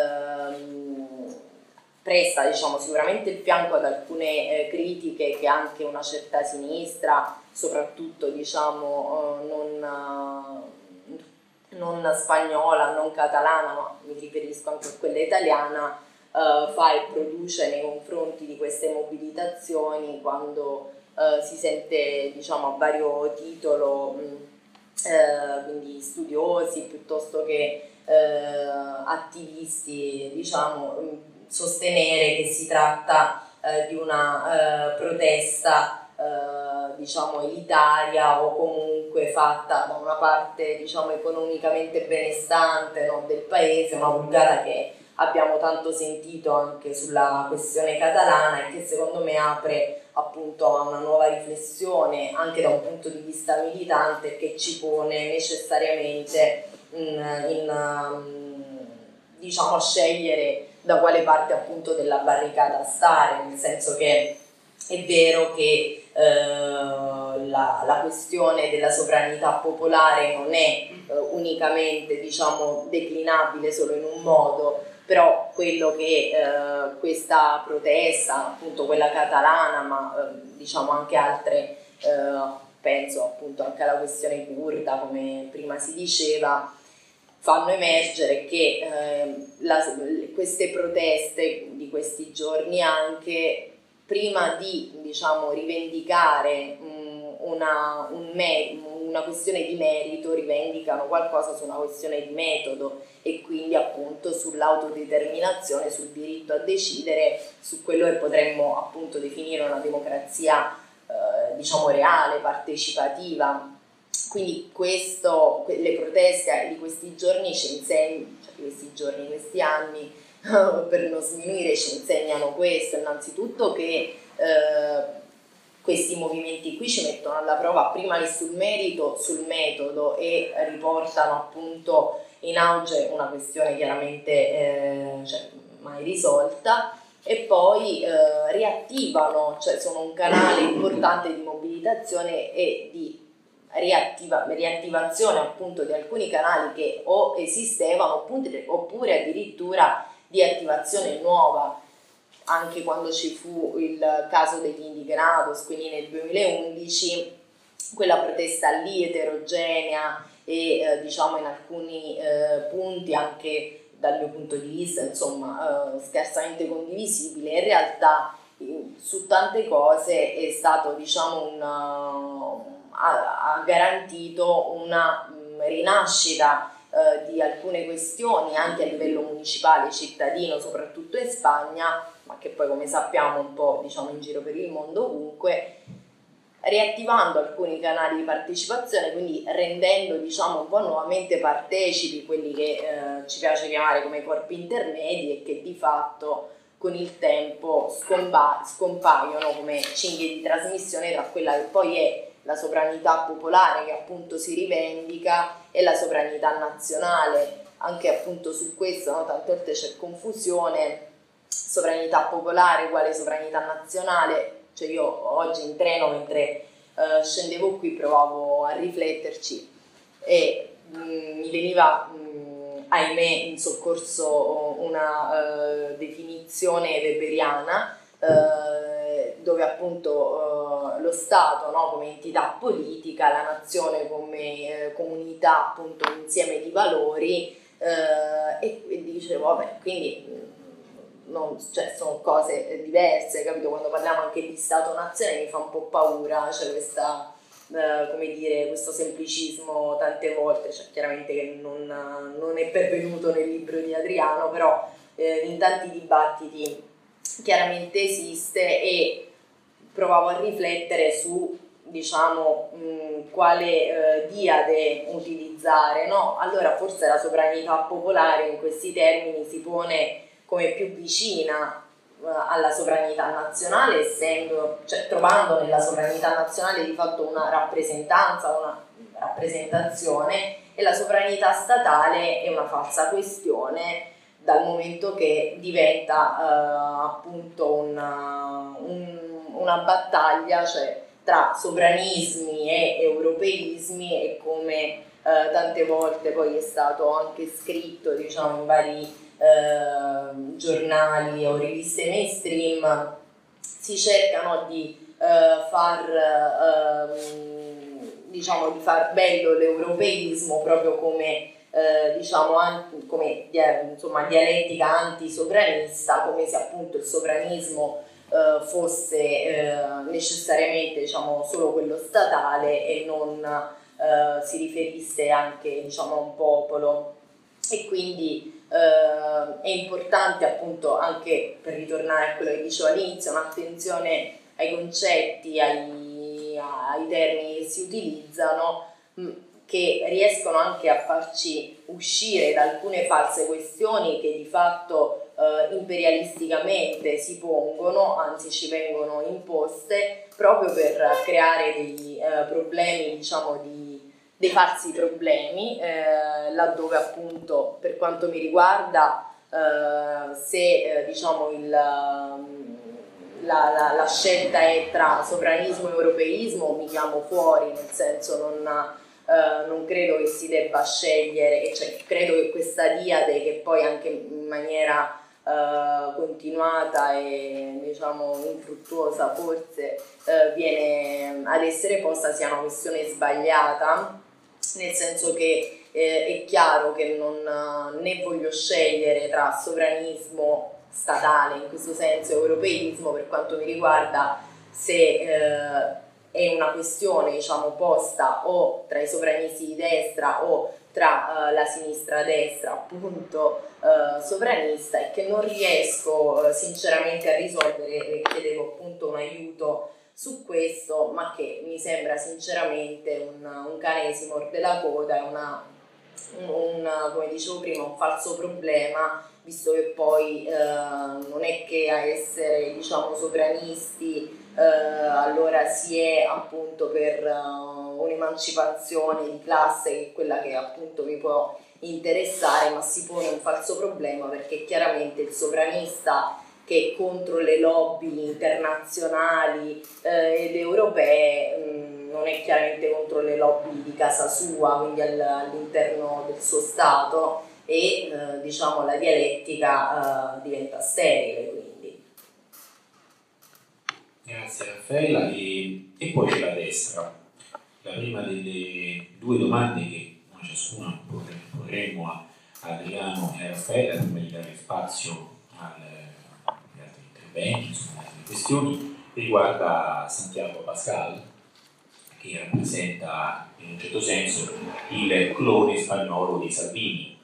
ehm, presta, diciamo, sicuramente il fianco ad alcune eh, critiche che anche una certa sinistra, soprattutto, diciamo, eh, non, eh, non spagnola, non catalana, ma mi riferisco anche a quella italiana, Uh, fa e produce nei confronti di queste mobilitazioni, quando uh, si sente, diciamo, a vario titolo, mh, uh, quindi studiosi piuttosto che uh, attivisti, diciamo, mh, sostenere che si tratta uh, di una uh, protesta uh, diciamo elitaria o comunque fatta da una parte, diciamo, economicamente benestante, no, del paese, una vulgata che abbiamo tanto sentito anche sulla questione catalana e che secondo me apre appunto a una nuova riflessione anche da un punto di vista militante, che ci pone necessariamente in, in, diciamo, a scegliere da quale parte appunto della barricata stare, nel senso che è vero che eh, la, la questione della sovranità popolare non è eh, unicamente, diciamo, declinabile solo in un modo, però quello che eh, questa protesta, appunto quella catalana, ma eh, diciamo anche altre, eh, penso appunto anche alla questione curda, come prima si diceva, fanno emergere che eh, la, queste proteste di questi giorni anche, prima di, diciamo, rivendicare mh, una, un me, una questione di merito, rivendicano qualcosa su una questione di metodo, e quindi appunto sull'autodeterminazione, sul diritto a decidere, su quello che potremmo appunto definire una democrazia eh, diciamo reale, partecipativa. Quindi questo, le proteste di questi giorni ci insegnano, cioè di questi giorni, questi anni, per non sminuire, ci insegnano questo, innanzitutto che eh, questi movimenti qui ci mettono alla prova prima che sul merito, sul metodo, e riportano appunto in auge una questione chiaramente eh, cioè, mai risolta, e poi eh, riattivano, cioè sono un canale importante di mobilitazione e di riattiva, riattivazione appunto di alcuni canali che o esistevano oppure, oppure addirittura di attivazione nuova. Anche quando ci fu il caso degli Indignados, quindi nel duemilaundici, quella protesta lì eterogenea e eh, diciamo in alcuni eh, punti anche dal mio punto di vista, insomma, eh, scarsamente condivisibile, in realtà eh, su tante cose è stato, diciamo, un, uh, ha, ha garantito una um, rinascita uh, di alcune questioni anche a livello municipale, cittadino, soprattutto in Spagna, ma che poi, come sappiamo, un po', diciamo, in giro per il mondo ovunque, riattivando alcuni canali di partecipazione, quindi rendendo, diciamo, un po' nuovamente partecipi quelli che eh, ci piace chiamare come corpi intermedi, e che di fatto con il tempo scompa- scompaiono come cinghie di trasmissione tra quella che poi è la sovranità popolare, che appunto si rivendica, e la sovranità nazionale. Anche appunto su questo, no, tante volte c'è confusione, sovranità popolare uguale sovranità nazionale. Cioè io oggi in treno, mentre uh, scendevo qui, provavo a rifletterci e mh, mi veniva, mh, ahimè, in soccorso una uh, definizione weberiana, uh, dove appunto uh, lo Stato, no, come entità politica, la nazione come uh, comunità, appunto insieme di valori, uh, e, e dicevo, vabbè, quindi non, cioè, sono cose diverse, capito? Quando parliamo anche di Stato-nazione mi fa un po' paura, cioè questa, eh, come dire, questo semplicismo tante volte, cioè chiaramente che non, non è pervenuto nel libro di Adriano, però eh, in tanti dibattiti chiaramente esiste, e provavo a riflettere su, diciamo, mh, quale eh, diade utilizzare, no? Allora forse la sovranità popolare in questi termini si pone come più vicina eh, alla sovranità nazionale, essendo, cioè trovando nella sovranità nazionale di fatto una rappresentanza, una rappresentazione, e la sovranità statale è una falsa questione, dal momento che diventa eh, appunto una, un, una battaglia, cioè tra sovranismi e europeismi, e come eh, tante volte poi è stato anche scritto, diciamo, in vari eh, giornali o riviste mainstream, si cercano di eh, far eh, diciamo di far bello l'europeismo proprio come Eh, diciamo anche come insomma dialettica antisovranista, come se appunto il sovranismo eh, fosse eh, necessariamente, diciamo, solo quello statale e non eh, si riferisse anche, diciamo, a un popolo. E quindi eh, è importante, appunto, anche per ritornare a quello che dicevo all'inizio, un'attenzione ai concetti, ai, ai termini che si utilizzano, mh, che riescono anche a farci uscire da alcune false questioni che di fatto eh, imperialisticamente si pongono, anzi ci vengono imposte, proprio per creare dei eh, problemi, diciamo, di, dei falsi problemi, eh, laddove appunto, per quanto mi riguarda, eh, se eh, diciamo il... La, la, la scelta è tra sovranismo e europeismo, mi chiamo fuori, nel senso non... Uh, non credo che si debba scegliere, cioè credo che questa diade, che poi anche in maniera uh, continuata e, diciamo, infruttuosa forse uh, viene ad essere posta, sia una questione sbagliata, nel senso che eh, è chiaro che non, né voglio scegliere tra sovranismo statale, in questo senso, e europeismo. Per quanto mi riguarda, se eh, è una questione, diciamo, posta o tra i sovranisti di destra o tra uh, la sinistra-destra, appunto, uh, sovranista, e che non riesco uh, sinceramente a risolvere, e chiedevo appunto un aiuto su questo, ma che mi sembra sinceramente un, un cane che si morde la coda, è una, un, come dicevo prima, un falso problema, visto che poi uh, non è che a essere, diciamo, sovranisti Uh, allora si è appunto per uh, un'emancipazione di classe, che è quella che appunto mi può interessare, ma si pone un falso problema, perché chiaramente il sovranista che è contro le lobby internazionali uh, ed europee mh, non è chiaramente contro le lobby di casa sua, quindi all- all'interno del suo Stato, e uh, diciamo la dialettica uh, diventa sterile, quindi. Grazie Raffaella, e, e poi c'è la destra. La prima delle due domande che noi ciascuna porremmo a Adriano e a Raffaella, prima di dare spazio al, agli altri interventi, insomma, alle altre questioni, riguarda Santiago Pascal, che rappresenta in un certo senso il clone spagnolo di Salvini,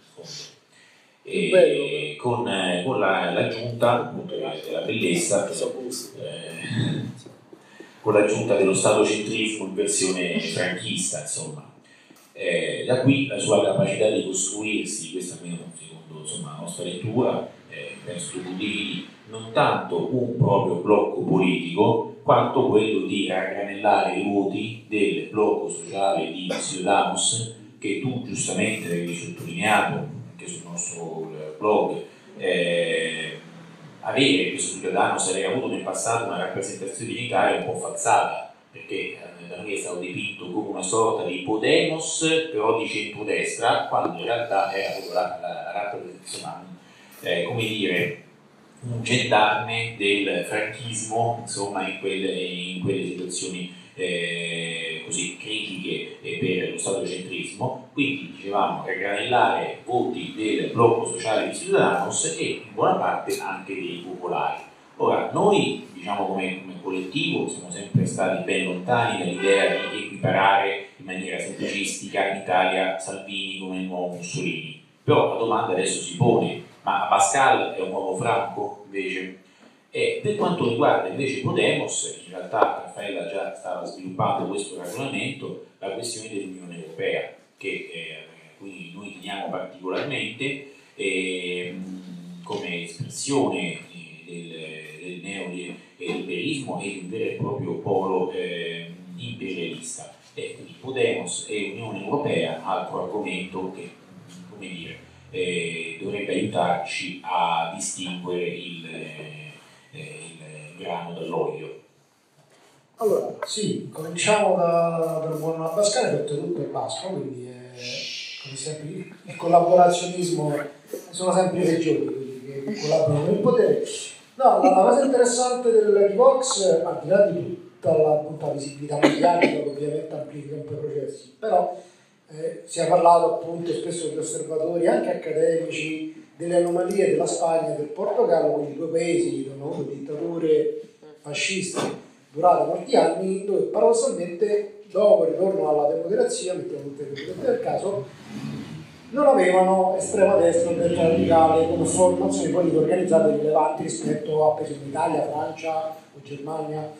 e con, con la, l'aggiunta appunto della bellezza, eh, con l'aggiunta dello statocentrismo in versione franchista, insomma. Eh, da qui la sua capacità di costruirsi, questa almeno secondo, insomma, la nostra lettura, eh, penso tu condividi, non tanto un proprio blocco politico, quanto quello di raggranellare i voti del blocco sociale di Ciudadanos, che tu giustamente avevi sottolineato sul nostro blog. Eh, avere questo Ciudadanos, aver avuto nel passato una rappresentazione in Italia un po' falsata, perché eh, da noi è stato dipinto come una sorta di Podemos però di centrodestra, quando in realtà era proprio la, la, la rappresentazione, eh, come dire, un gendarme del franchismo, insomma, in quelle, in quelle situazioni eh, così critiche eh, per lo statocentrismo. Quindi dicevamo dicevamo, raggranellare voti del blocco sociale di Ciudadanos e in buona parte anche dei popolari. Ora, noi, diciamo come, come collettivo, siamo sempre stati ben lontani dall'idea di equiparare in maniera semplicistica in Italia Salvini come il nuovo Mussolini. Però la domanda adesso si pone, ma Abascal è un nuovo Franco invece? E per quanto riguarda invece Podemos, in realtà Raffaella già stava sviluppando questo ragionamento, la questione dell'Unione Europea, che eh, quindi noi teniamo particolarmente eh, come espressione del, del neoliberismo e di un vero e proprio polo eh, imperialista. E quindi Podemos e Unione Europea, altro argomento che, come dire, eh, dovrebbe aiutarci a distinguere il, eh, il grano dall'olio. Allora, sì, cominciamo da, dal buon Abascal, ha detto tutto il Pasqua, quindi è, come sempre, il collaborazionismo, sono sempre i regioni quelli che collaborano con il potere. No, la, la cosa interessante del, di Vox, al di là di tutta la, tutta la visibilità mediatica che ovviamente amplifica un po' i processi, però eh, si è parlato appunto spesso degli osservatori, anche accademici, delle anomalie della Spagna e del Portogallo, quindi due paesi che hanno avuto dittature fasciste durate molti anni, dove paradossalmente dopo il ritorno alla democrazia, mettiamo tutte le cose del caso, non avevano estrema destra o destra radicale come formazioni politiche organizzate rilevanti rispetto a per esempio Italia, Francia o Germania,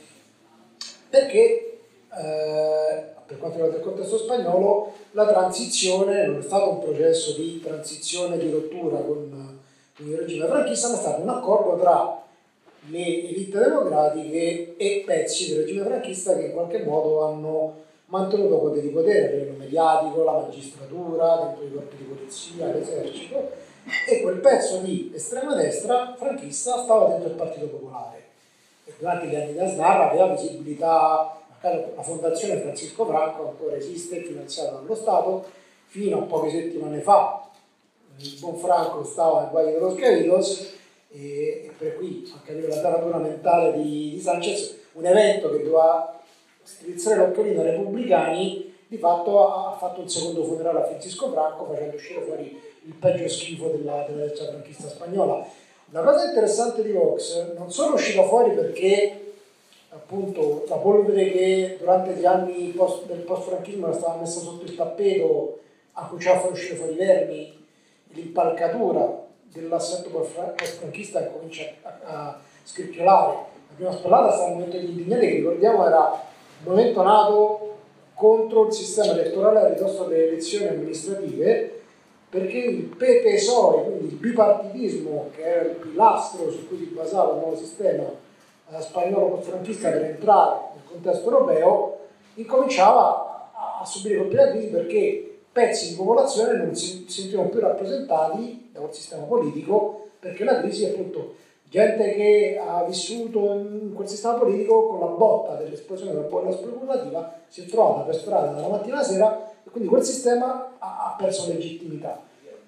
perché eh, per quanto riguarda il contesto spagnolo la transizione non è stato un processo di transizione, di rottura con, con il regime franchista, ma è stato un accordo tra le elite democratiche e pezzi del regime franchista che in qualche modo hanno mantenuto quote di potere a livello mediatico, la magistratura, dentro i corpi di polizia, l'esercito, e quel pezzo di estrema destra franchista stava dentro il Partito Popolare e durante gli anni di Aznar aveva visibilità. La fondazione Francisco Franco ancora esiste, finanziata dallo Stato. Fino a poche settimane fa il buon Franco stava nel Valle de los Caídos e, e per cui, a capire la natura mentale di, di Sanchez, un evento che doveva strizzare l'occhiolino ai repubblicani di fatto ha, ha fatto un secondo funerale a Francisco Franco, facendo uscire fuori il peggio schifo della, della destra franchista spagnola. La cosa interessante di Vox non solo è uscita fuori perché appunto la polvere che durante gli anni post, del post-franchismo era stata messa sotto il tappeto ha cominciato a far uscire fuori i vermi, l'impalcatura dell'assetto post-franchista che comincia a, a scricchiolare. La prima spallata stava il movimento degli indignati, che ricordiamo era un movimento nato contro il sistema elettorale a ridosso delle elezioni amministrative, perché il P P S O E, quindi il bipartitismo, che era il pilastro su cui si basava il nuovo sistema spagnolo post-franchista per entrare nel contesto europeo, incominciava a, a subire colpi della crisi perché pezzi di popolazione non si sentivano più rappresentati dal sistema politico, perché la crisi è appunto gente che ha vissuto in quel sistema politico con la botta dell'esplosione della bolla speculativa si è trovata per strada dalla mattina alla sera e quindi quel sistema ha, ha perso legittimità.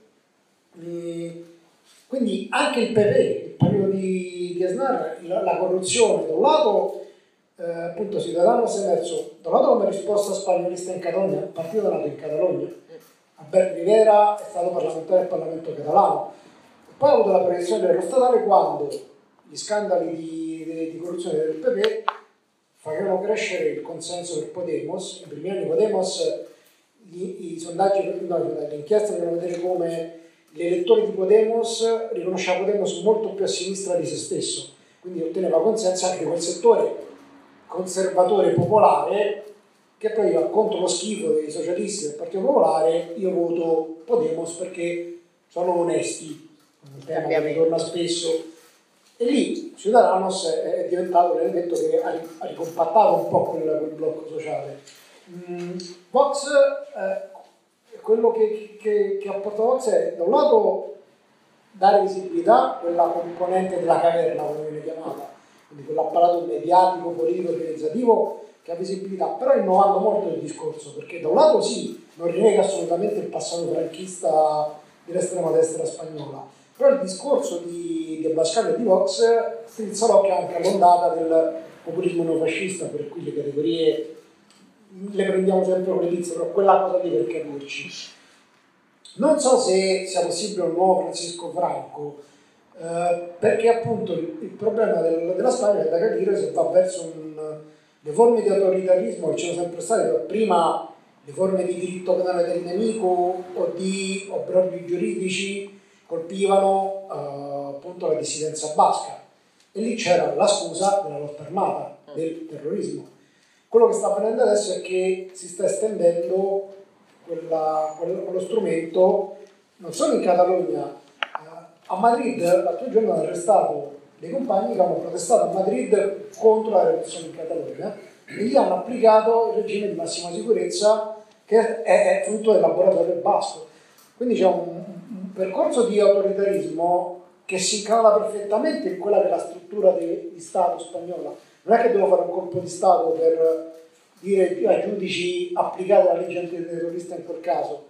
E quindi anche il P P, il partito di, di Aznar, la, la corruzione da un lato, eh, appunto Ciudadanos è emerso da un lato come risposta spagnolista in Catalogna, il partito nato in Catalogna. Albert Rivera è stato parlamentare del Parlamento catalano, e poi ha avuto la proiezione dello statale quando gli scandali di, di, di corruzione del P P facevano crescere il consenso per Podemos. In primi anni Podemos, gli, i sondaggi, no, le inchieste devono vedere come gli elettori di Podemos riconoscevano Podemos molto più a sinistra di se stesso, quindi otteneva consenso anche quel settore conservatore popolare che poi va contro lo schifo dei socialisti del Partito Popolare. Io voto Podemos perché sono onesti, un tema che ritorna spesso, e lì Ciudadanos è diventato l'elemento che ha ricompattato un po' quel, quel blocco sociale. Mm, Vox eh, quello che, che, che ha portato Vox è da un lato dare visibilità a quella componente della caverna, come viene chiamata, quindi quell'apparato mediatico, politico, organizzativo che ha visibilità, però innovando molto il discorso, perché da un lato sì, non rinnega assolutamente il passato franchista dell'estrema destra spagnola, però il discorso di, di Abascal e di Vox strizza l'occhio anche all'ondata del populismo neofascista, per cui le categorie le prendiamo sempre con le pizze, però quella cosa lì per capirci. non so se sia possibile un nuovo Francisco Franco, eh, perché appunto il, il problema del, della Spagna è da capire se va verso un, le forme di autoritarismo che ci sono sempre state, prima le forme di diritto penale del nemico o di obbrobri giuridici colpivano eh, appunto la dissidenza basca, e lì c'era la scusa della lotta armata, del terrorismo. Quello che sta avvenendo adesso è che si sta estendendo quella, quello, quello strumento non solo in Catalogna. Eh, a Madrid l'altro giorno hanno arrestato dei compagni che hanno protestato a Madrid contro la repressione in Catalogna e gli hanno applicato il regime di massima sicurezza che è, è frutto del laboratorio basco. Quindi c'è un, un percorso di autoritarismo che si incala perfettamente in quella che è la struttura di, di Stato spagnola. Non è che devo fare un colpo di Stato per dire ai giudici applicate la legge antiterrorista in quel caso.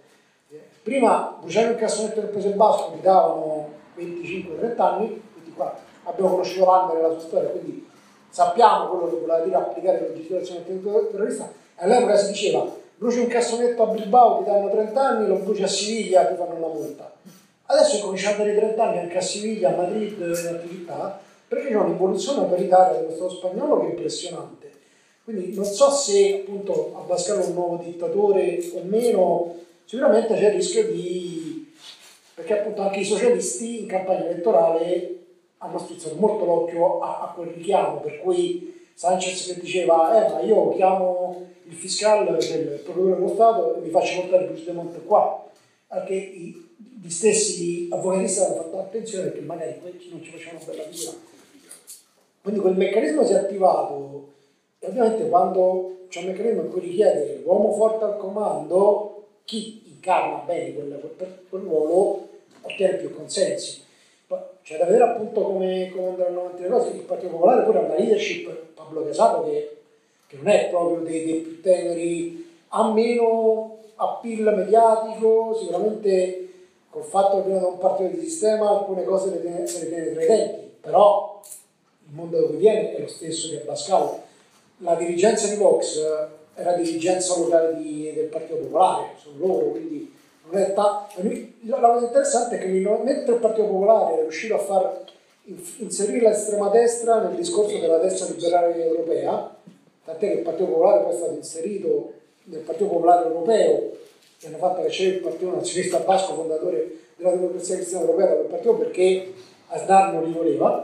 Prima bruciare il cassonetto del paese basco mi davano venticinque trenta anni, ventiquattro. Abbiamo conosciuto l'Ander nella sua storia, quindi sappiamo quello che voleva dire applicare la legislazione antiterrorista. E all'epoca si diceva: bruci un cassonetto a Bilbao, ti danno trenta anni, lo bruci a Siviglia, ti fanno una multa. Adesso è cominciato a dare trenta anni anche a Siviglia, a Madrid e in altre città, perché c'è un'evoluzione autoritaria dello Stato spagnolo che è impressionante. Quindi non so se appunto Abascal è un nuovo dittatore o meno, sicuramente c'è il rischio di... perché appunto anche i socialisti in campagna elettorale hanno strizzato molto l'occhio a, a quel richiamo, per cui Sanchez che diceva eh ma io chiamo il fiscale, cioè il procuratore dello Stato, e mi faccio portare Puigdemont qua, perché i, gli stessi avvocatisti hanno fatto attenzione perché magari questi non ci facevano una bella figura. Quindi quel meccanismo si è attivato e ovviamente quando c'è un meccanismo in cui richiede l'uomo forte al comando, chi incarna bene quel, quel, quel ruolo ottiene più consensi. Poi c'è da vedere appunto come, come andranno avanti le cose. Il Partito Popolare pure ha una leadership, Pablo Casado, che, che non è proprio dei, dei più teneri, ha meno appeal mediatico, sicuramente col fatto che viene da un partito di sistema alcune cose le tiene, se le tiene tra i denti, però il mondo da cui viene è lo stesso di Abascal. La dirigenza di Vox era dirigenza locale di, del Partito Popolare, sono loro, quindi non è ta- la cosa interessante è che mentre il Partito Popolare è riuscito a far inserire l'estrema destra nel discorso della destra liberale europea, tant'è che il Partito Popolare poi è stato inserito nel Partito Popolare Europeo, che hanno fatto che c'è il Partito Nazionalista Basco, fondatore della Democrazia Cristiana Europea, da quel partito, perché Aznar non li voleva.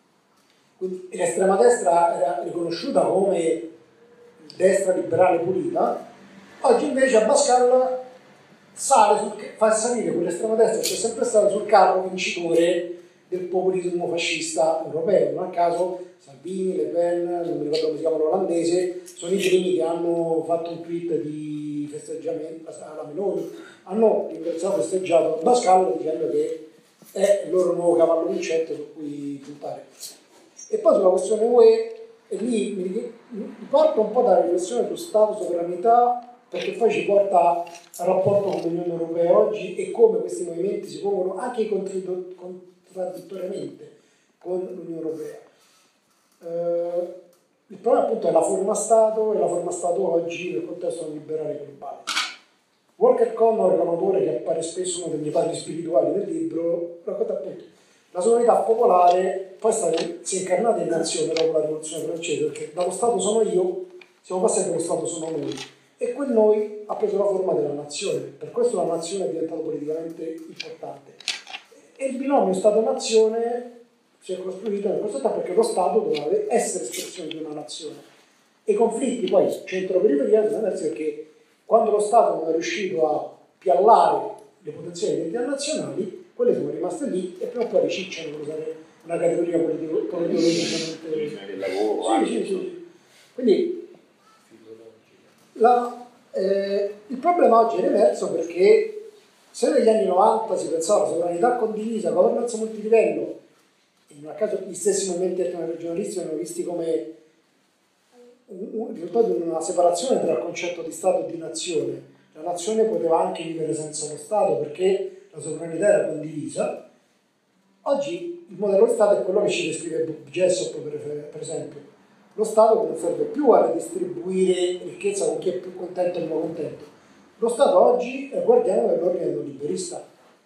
Quindi l'estrema destra era riconosciuta come destra liberale pulita. Oggi invece Abascal sale sul, fa salire quell'estrema destra, c'è sempre stato sul carro vincitore del populismo fascista europeo. Non a caso Salvini, Le Pen, non mi ricordo come si chiama l'olandese, sono i primi che hanno fatto un tweet di festeggiamento alla Meloni, hanno ringraziato, festeggiato Abascal dicendo che è il loro nuovo cavallo vincente su cui puntare. E poi sulla questione U E, e lì mi, mi parto un po' dalla riflessione su Stato, sovranità, perché poi ci porta al rapporto con l'Unione Europea oggi e come questi movimenti si pongono anche contraddittoriamente con l'Unione Europea. Eh, il problema appunto è la forma Stato e la forma Stato oggi nel contesto liberale globale. Walker Connor, l'autore che appare spesso uno dei miei padri spirituali del libro, racconta appunto la sovranità popolare poi si è incarnata in nazione dopo la rivoluzione francese, perché dallo Stato sono io, siamo passati allo Stato sono noi, e quel noi ha preso la forma della nazione, per questo la nazione è diventata politicamente importante. E il binomio Stato-nazione si è costruito nel corso del tempo perché lo Stato doveva essere espressione di una nazione. E i conflitti poi centro-periferia sono emersi perché quando lo Stato non è riuscito a piallare le potenziali identità nazionali, quelle sono rimaste lì e prima o poi ricicciano per usare una categoria politicamente del lavoro. Sì, sì, sì. Quindi la, eh, il problema oggi è emerso perché se negli anni novanta si pensava alla sovranità condivisa, governanza multilivello, in un caso gli stessi movimenti etno-regionalisti erano visti come un, un risultato di una separazione tra il concetto di Stato e di nazione. La nazione poteva anche vivere senza lo Stato perché la sovranità era condivisa. Oggi il modello di Stato è quello che ci descrive Jessop, per, per esempio. Lo Stato non serve più a redistribuire ricchezza con chi è più contento e meno contento, lo Stato oggi è guardiano dell'ordine neoliberista.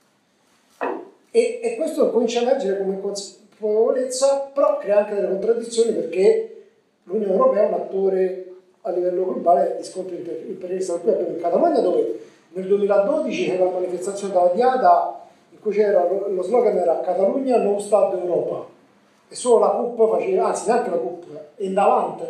E, e questo comincia a emergere come consapevolezza, però crea anche delle contraddizioni, perché l'Unione Europea è un attore a livello globale di scontro imperialista. Per cui abbiamo in Catalogna, dove nel duemiladodici c'era la manifestazione della Diada in cui c'era lo slogan era Catalogna non Stato Europa, e solo la C U P faceva, anzi neanche la C U P, e in davanti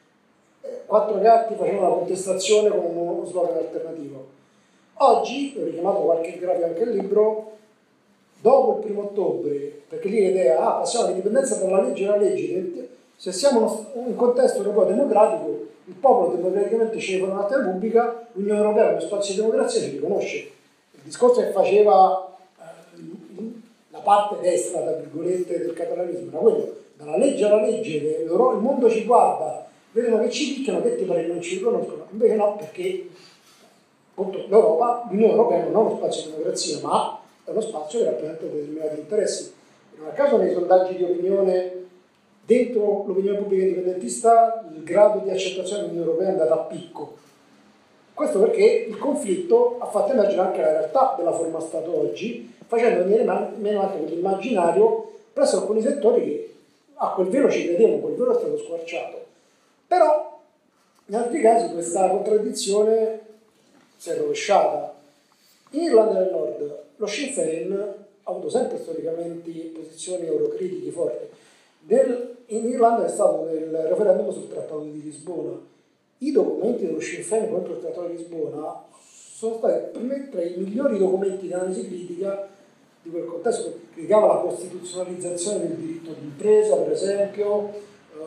quattro gatti facevano una contestazione con uno slogan alternativo. Oggi, ho richiamato qualche grafico anche il libro, dopo il primo ottobre, perché lì l'idea, ah, passiamo all'indipendenza per la legge, la legge, se siamo in un contesto europeo democratico, il popolo democraticamente sceglie un'altra repubblica, l'Unione Europea come spazio di democrazia ci riconosce. Il discorso che faceva eh, la parte destra, tra virgolette, del catalanismo era quello, dalla legge alla legge, il mondo ci guarda, vedono che ci picchiano, che ti pare non ci riconoscono, invece no, perché appunto l'Europa, l'Unione Europea non è uno spazio di democrazia, ma è uno spazio che rappresenta determinati interessi. Non a caso nei sondaggi di opinione dentro l'opinione pubblica indipendentista il grado di accettazione dell'Unione Europea è andato a picco. Questo perché il conflitto ha fatto emergere anche la realtà della forma Stato oggi, facendo venire meno anche quell'immaginario presso alcuni settori che a quel vero ci credevano, quel vero è stato squarciato. Però in altri casi questa contraddizione si è rovesciata. In Irlanda del Nord lo Sinn Féin ha avuto sempre storicamente posizioni eurocritiche forti. Nel, in Irlanda è stato nel referendum sul Trattato di Lisbona. I documenti dello Sinn Féin contro il Trattato di Lisbona sono stati per me tra i migliori documenti di analisi critica di quel contesto, che criticava la costituzionalizzazione del diritto d'impresa, per esempio.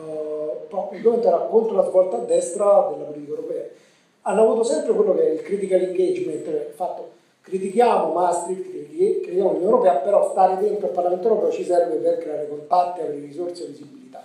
Uh, il documento era contro la svolta a destra della politica europea. Hanno avuto sempre quello che è il critical engagement, cioè il fatto critichiamo Maastricht, critichiamo l'Unione Europea, però stare dentro il Parlamento Europeo ci serve per creare contatti, avere risorse e visibilità.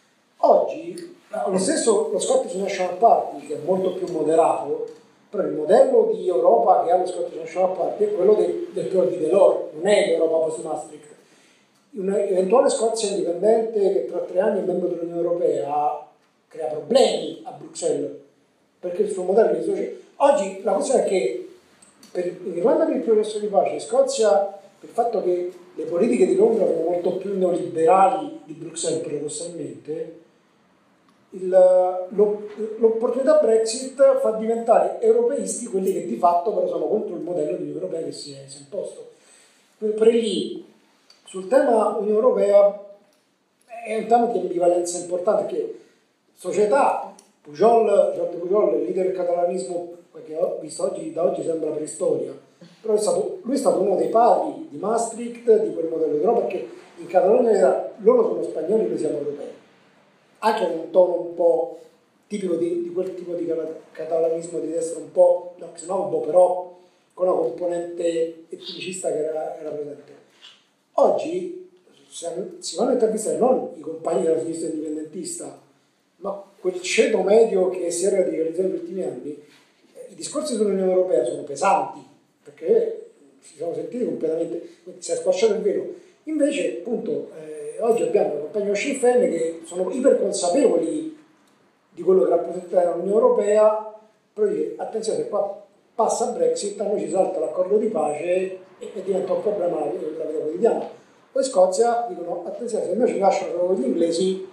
Oggi lo stesso lo Scottish National Party, che è molto più moderato, però il modello di Europa che ha lo Scottish National Party è quello del, del Piero di Delors, non è l'Europa post Maastricht. Un'eventuale Scozia indipendente che tra tre anni è membro dell'Unione Europea crea problemi a Bruxelles, perché il suo modello di società. Oggi la questione è che per l'Irlanda per il progresso di pace, in Scozia per il fatto che le politiche di Londra sono molto più neoliberali di Bruxelles paradossalmente, l'opportunità Brexit fa diventare europeisti quelli che di fatto però sono contro il modello di Unione Europea che si è, si è imposto. Per lì, sul tema Unione Europea è un tema di ambivalenza importante, perché società, Pujol, Jordi Pujol, il leader del catalanismo, che ho visto oggi, da oggi sembra preistoria, però è stato, lui è stato uno dei padri di Maastricht, di quel modello di Europa, perché in Catalogna loro sono spagnoli, noi siamo europei, anche con un tono un po' tipico di, di quel tipo di catalanismo di destra, un po' xenofobo, però con una componente etnicista che era, era presente. Oggi si vanno a intervistare non i compagni della sinistra indipendentista, ma quel ceto medio che si è radicalizzato negli ultimi anni. I discorsi sull'Unione Europea sono pesanti, perché si sono sentiti completamente, si è squarciato il velo. Invece, appunto, eh, oggi abbiamo i compagni dello Sinn Féin che sono iperconsapevoli di quello che rappresenta l'Unione Europea, però dire, attenzione, se qua passa Brexit, a noi ci salta l'accordo di pace e, e diventa un problema la vita quotidiana. Poi in Scozia dicono, attenzione, se noi ci lasciano solo gli inglesi,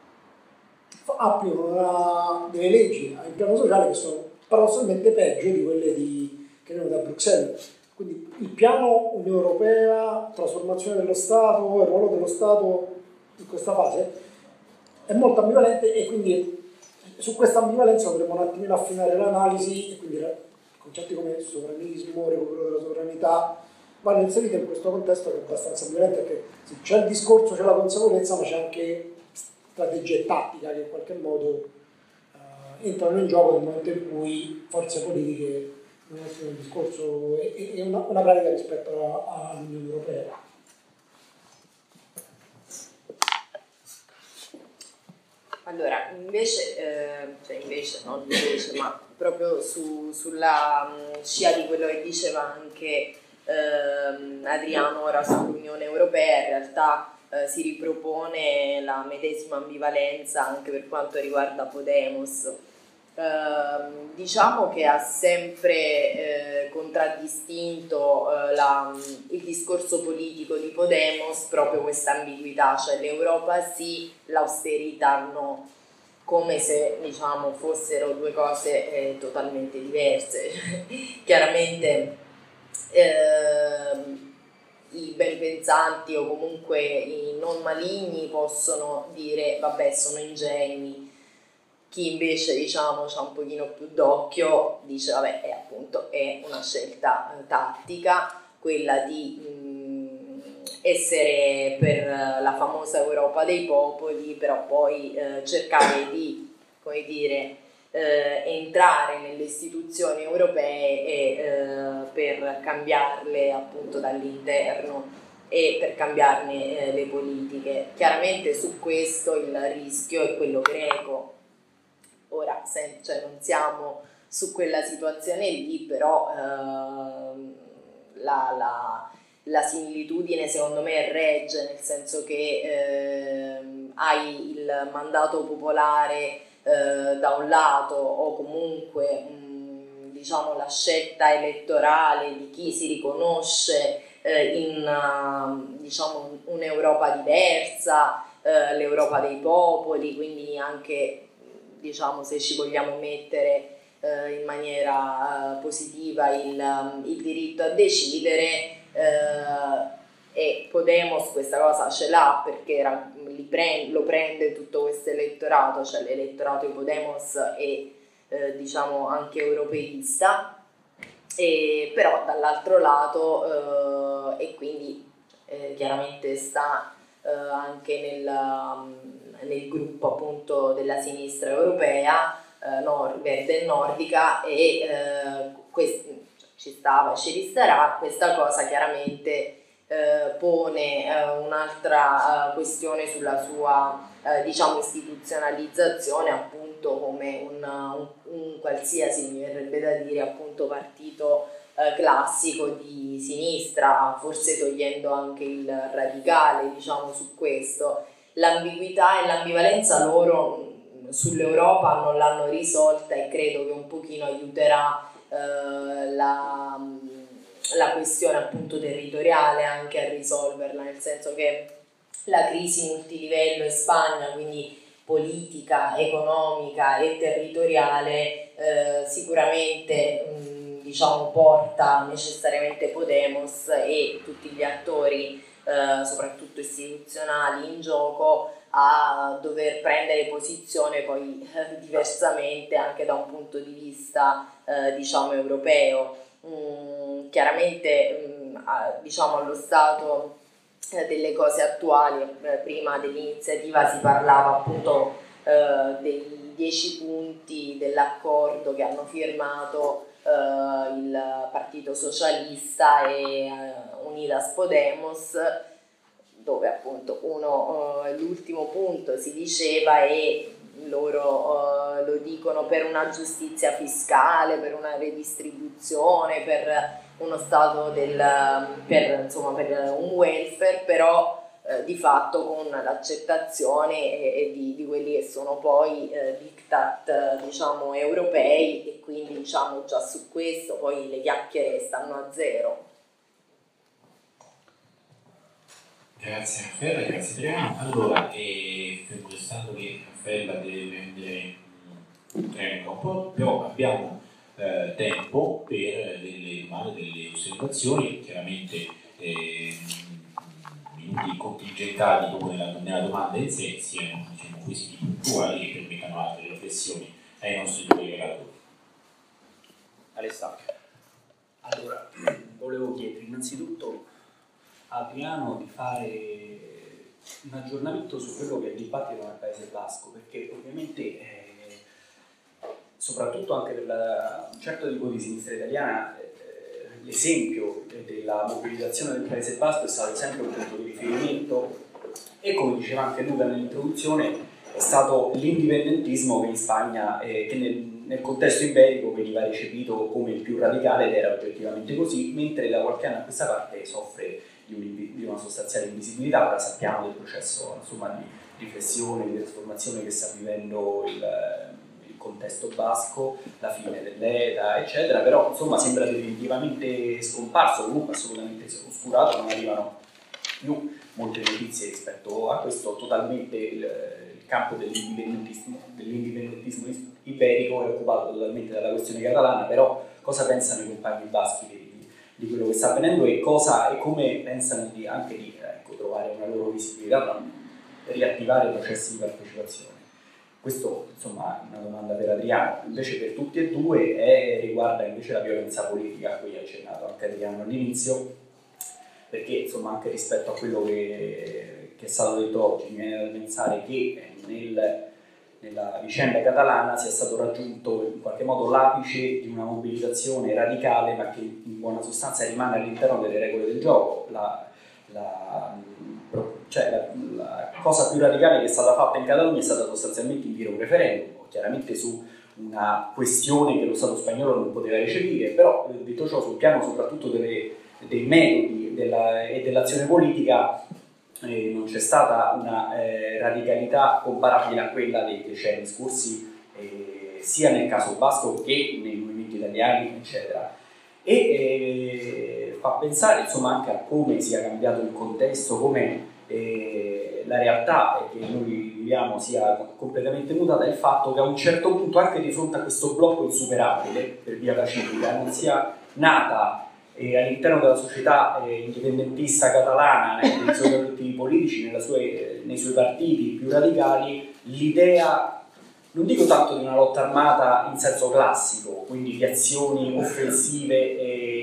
applicano delle leggi in piano sociale che sono paradossalmente peggio di quelle di, che vengono da Bruxelles. Quindi il piano Unione Europea, trasformazione dello Stato, il ruolo dello Stato in questa fase è molto ambivalente, e quindi su questa ambivalenza dovremmo un attimino affinare l'analisi, e quindi concetti come sovranismo, recupero della sovranità vanno inseriti in questo contesto che è abbastanza ambivalente, perché sì, c'è il discorso, c'è la consapevolezza, ma c'è anche strategia e tattica che in qualche modo uh, entrano in gioco nel momento in cui forze politiche non mettono un discorso e, e una, una pratica rispetto a, all'Unione Europea. Allora, invece, eh, cioè invece, non invece, ma proprio su, sulla um, scia di quello che diceva anche eh, Adriano ora sull'Unione Europea, in realtà eh, si ripropone la medesima ambivalenza anche per quanto riguarda Podemos. Uh, Uh, diciamo che ha sempre eh, contraddistinto eh, la, il discorso politico di Podemos proprio questa ambiguità, cioè l'Europa sì, l'austerità no, come se diciamo fossero due cose eh, totalmente diverse. Chiaramente eh, i benpensanti o comunque i non maligni possono dire vabbè, sono ingenui. Chi invece diciamo c'ha un pochino più d'occhio dice vabbè, è appunto è una scelta eh, tattica quella di mh, essere per la famosa Europa dei popoli, però poi eh, cercare di, come dire, eh, entrare nelle istituzioni europee e eh, per cambiarle appunto dall'interno e per cambiarne eh, le politiche. Chiaramente su questo il rischio è quello greco. Ora, se, cioè non siamo su quella situazione lì, però ehm, la, la, la similitudine secondo me regge, nel senso che ehm, hai il mandato popolare eh, da un lato o comunque mh, diciamo la scelta elettorale di chi si riconosce eh, in uh, diciamo un'Europa diversa, eh, l'Europa dei popoli, quindi anche diciamo se ci vogliamo mettere eh, in maniera eh, positiva il, il diritto a decidere eh, e Podemos questa cosa ce l'ha perché era, li prende, lo prende tutto questo elettorato, cioè l'elettorato di Podemos è eh, diciamo anche europeista, e, però dall'altro lato eh, e quindi eh, chiaramente sta eh, anche nel nel gruppo appunto della sinistra europea, eh, nord, verde e nordica, e eh, quest- ci stava, ci ristarà. Questa cosa chiaramente eh, pone eh, un'altra eh, questione sulla sua eh, diciamo istituzionalizzazione appunto come un, un, un qualsiasi, mi verrebbe da dire appunto partito eh, classico di sinistra, forse togliendo anche il radicale diciamo su questo. L'ambiguità e l'ambivalenza loro sull'Europa non l'hanno risolta e credo che un pochino aiuterà eh, la, la questione appunto territoriale anche a risolverla, nel senso che la crisi multilivello in Spagna, quindi politica, economica e territoriale, eh, sicuramente mh, diciamo porta necessariamente Podemos e tutti gli attori Eh, soprattutto istituzionali in gioco a dover prendere posizione poi eh, diversamente anche da un punto di vista eh, diciamo europeo. Mm, chiaramente mm, a, diciamo allo stato eh, delle cose attuali, eh, prima dell'iniziativa si parlava appunto eh, dei dieci punti dell'accordo che hanno firmato Uh, il Partito Socialista e uh, Unidas Podemos, dove appunto uno, uh, l'ultimo punto si diceva e loro uh, lo dicono per una giustizia fiscale, per una redistribuzione, per uno stato del, per, insomma, per un welfare, però eh, di fatto con l'accettazione eh, di, di quelli che sono poi eh, diktat eh, diciamo europei, e quindi diciamo già su questo poi le chiacchiere stanno a zero. Grazie Raffaella, grazie Adriano. Allora, eh, fermo restando che Raffaella deve prendere un treno tra un po', però abbiamo eh, tempo per delle domande, delle osservazioni, chiaramente eh, minuti contingentati proprio nella, nella domanda in sé siano diciamo, quesiti puntuali che permettano altre riflessioni ai nostri due relatori. Alessandro. Allora, volevo chiedere innanzitutto a Adriano di fare un aggiornamento su quello che è il dibattito nel Paese Basco, perché ovviamente eh, soprattutto anche per la, un certo tipo di sinistra italiana eh, l'esempio della mobilitazione del Paese Basco è stato sempre un punto di riferimento e, come diceva anche Luca nell'introduzione, è stato l'indipendentismo che in Spagna, eh, che nel, nel contesto iberico veniva recepito come il più radicale, ed era oggettivamente così, mentre da qualche anno a questa parte soffre di, un, di una sostanziale invisibilità. Ora sappiamo del processo insomma, di riflessione, di trasformazione che sta vivendo il, il contesto basco, la fine dell'E T A, eccetera, però insomma sembra definitivamente scomparso, comunque assolutamente oscurato, non arrivano più molte notizie rispetto a questo. Totalmente il, il campo dell'indipendentismo, dell'indipendentismo iberico è occupato totalmente dalla questione catalana, però cosa pensano i compagni baschi di, di quello che sta avvenendo e, cosa, e come pensano di, anche di ecco, trovare una loro visibilità, riattivare i processi di partecipazione. Questo insomma è una domanda per Adriano, invece per tutti e due è, riguarda invece la violenza politica a cui ha accennato anche Adriano all'inizio, perché insomma anche rispetto a quello che, che è stato detto oggi mi viene da pensare che nel, nella vicenda catalana sia stato raggiunto in qualche modo l'apice di una mobilitazione radicale, ma che in buona sostanza rimane all'interno delle regole del gioco. La, la, cioè la, la cosa più radicale che è stata fatta in Catalogna è stata sostanzialmente indire un referendum, chiaramente su una questione che lo Stato spagnolo non poteva recepire, però detto ciò sul piano soprattutto delle, dei metodi della, e dell'azione politica eh, non c'è stata una eh, radicalità comparabile a quella dei decenni scorsi, eh, sia nel caso basco che nei movimenti italiani, eccetera. E eh, fa pensare insomma anche a come sia cambiato il contesto, come eh, la realtà che noi viviamo sia completamente mutata, il fatto che a un certo punto anche di fronte a questo blocco insuperabile per via pacifica non sia nata eh, all'interno della società eh, indipendentista catalana, nei suoi partiti politici, nella sue, nei suoi partiti più radicali, l'idea, non dico tanto di una lotta armata in senso classico, quindi di azioni offensive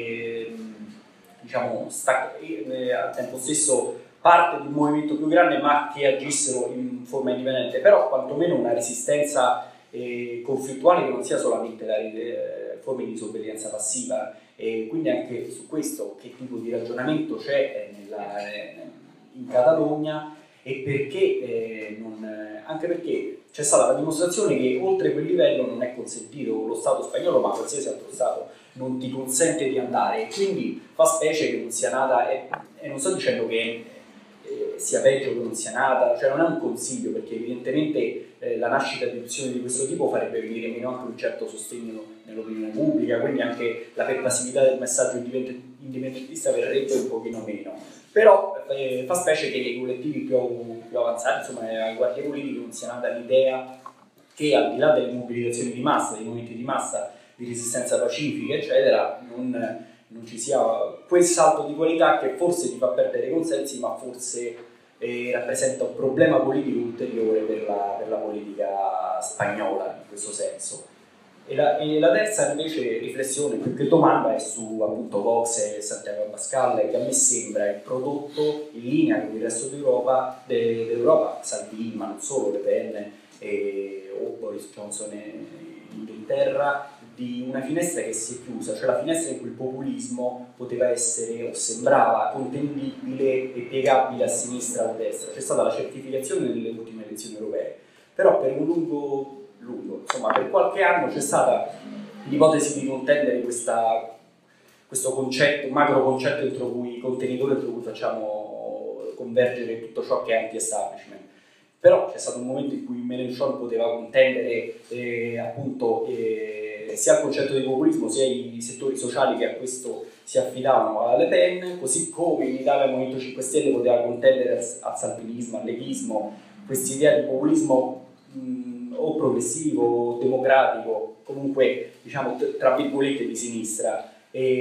e diciamo stac- e, al tempo stesso parte di un movimento più grande ma che agissero in forma indipendente, però quantomeno una resistenza eh, conflittuale che non sia solamente la eh, forme di disobbedienza passiva, e quindi anche su questo che tipo di ragionamento c'è nella, eh, in Catalogna e perché eh, non, eh, anche perché c'è stata la dimostrazione che oltre quel livello non è consentito, lo Stato spagnolo ma qualsiasi altro Stato non ti consente di andare, e quindi fa specie che non sia nata, e, e non sto dicendo che eh, sia peggio che non sia nata, cioè non è un consiglio, perché evidentemente eh, la nascita di opzioni di questo tipo farebbe venire meno anche un certo sostegno nell'opinione pubblica, quindi anche la pervasività del messaggio indipendentista verrebbe un pochino meno. Però eh, fa specie che nei collettivi più, più avanzati, insomma ai guardie politiche, non sia nata l'idea che al di là delle mobilitazioni di massa, dei movimenti di massa di resistenza pacifica, eccetera, non, non ci sia quel salto di qualità che forse ti fa perdere i consensi, ma forse eh, rappresenta un problema politico ulteriore per la, per la politica spagnola in questo senso. E la, e la terza invece riflessione, più che domanda, è su appunto Vox e Santiago Abascal, che a me sembra il prodotto in linea con il resto d'Europa, de, d'Europa, Salvini, ma non solo, Le Pen e, o Boris Johnson in Inghilterra, di una finestra che si è chiusa, cioè la finestra in cui il populismo poteva essere o sembrava contendibile e piegabile a sinistra o a destra. C'è stata la certificazione nelle ultime elezioni europee, però per un lungo lungo. Insomma, per qualche anno c'è stata l'ipotesi di contendere questa, questo concetto, macro concetto entro cui contenitore entro cui facciamo convergere tutto ciò che è anti-establishment. Però c'è stato un momento in cui Mélenchon poteva contendere eh, appunto eh, sia il concetto di populismo sia i settori sociali che a questo si affidavano alla Le Pen, così come in Italia il Movimento cinque Stelle poteva contendere al, al salvinismo, al leghismo, quest'idea di populismo mh, o progressivo, o democratico, comunque diciamo tra virgolette di sinistra,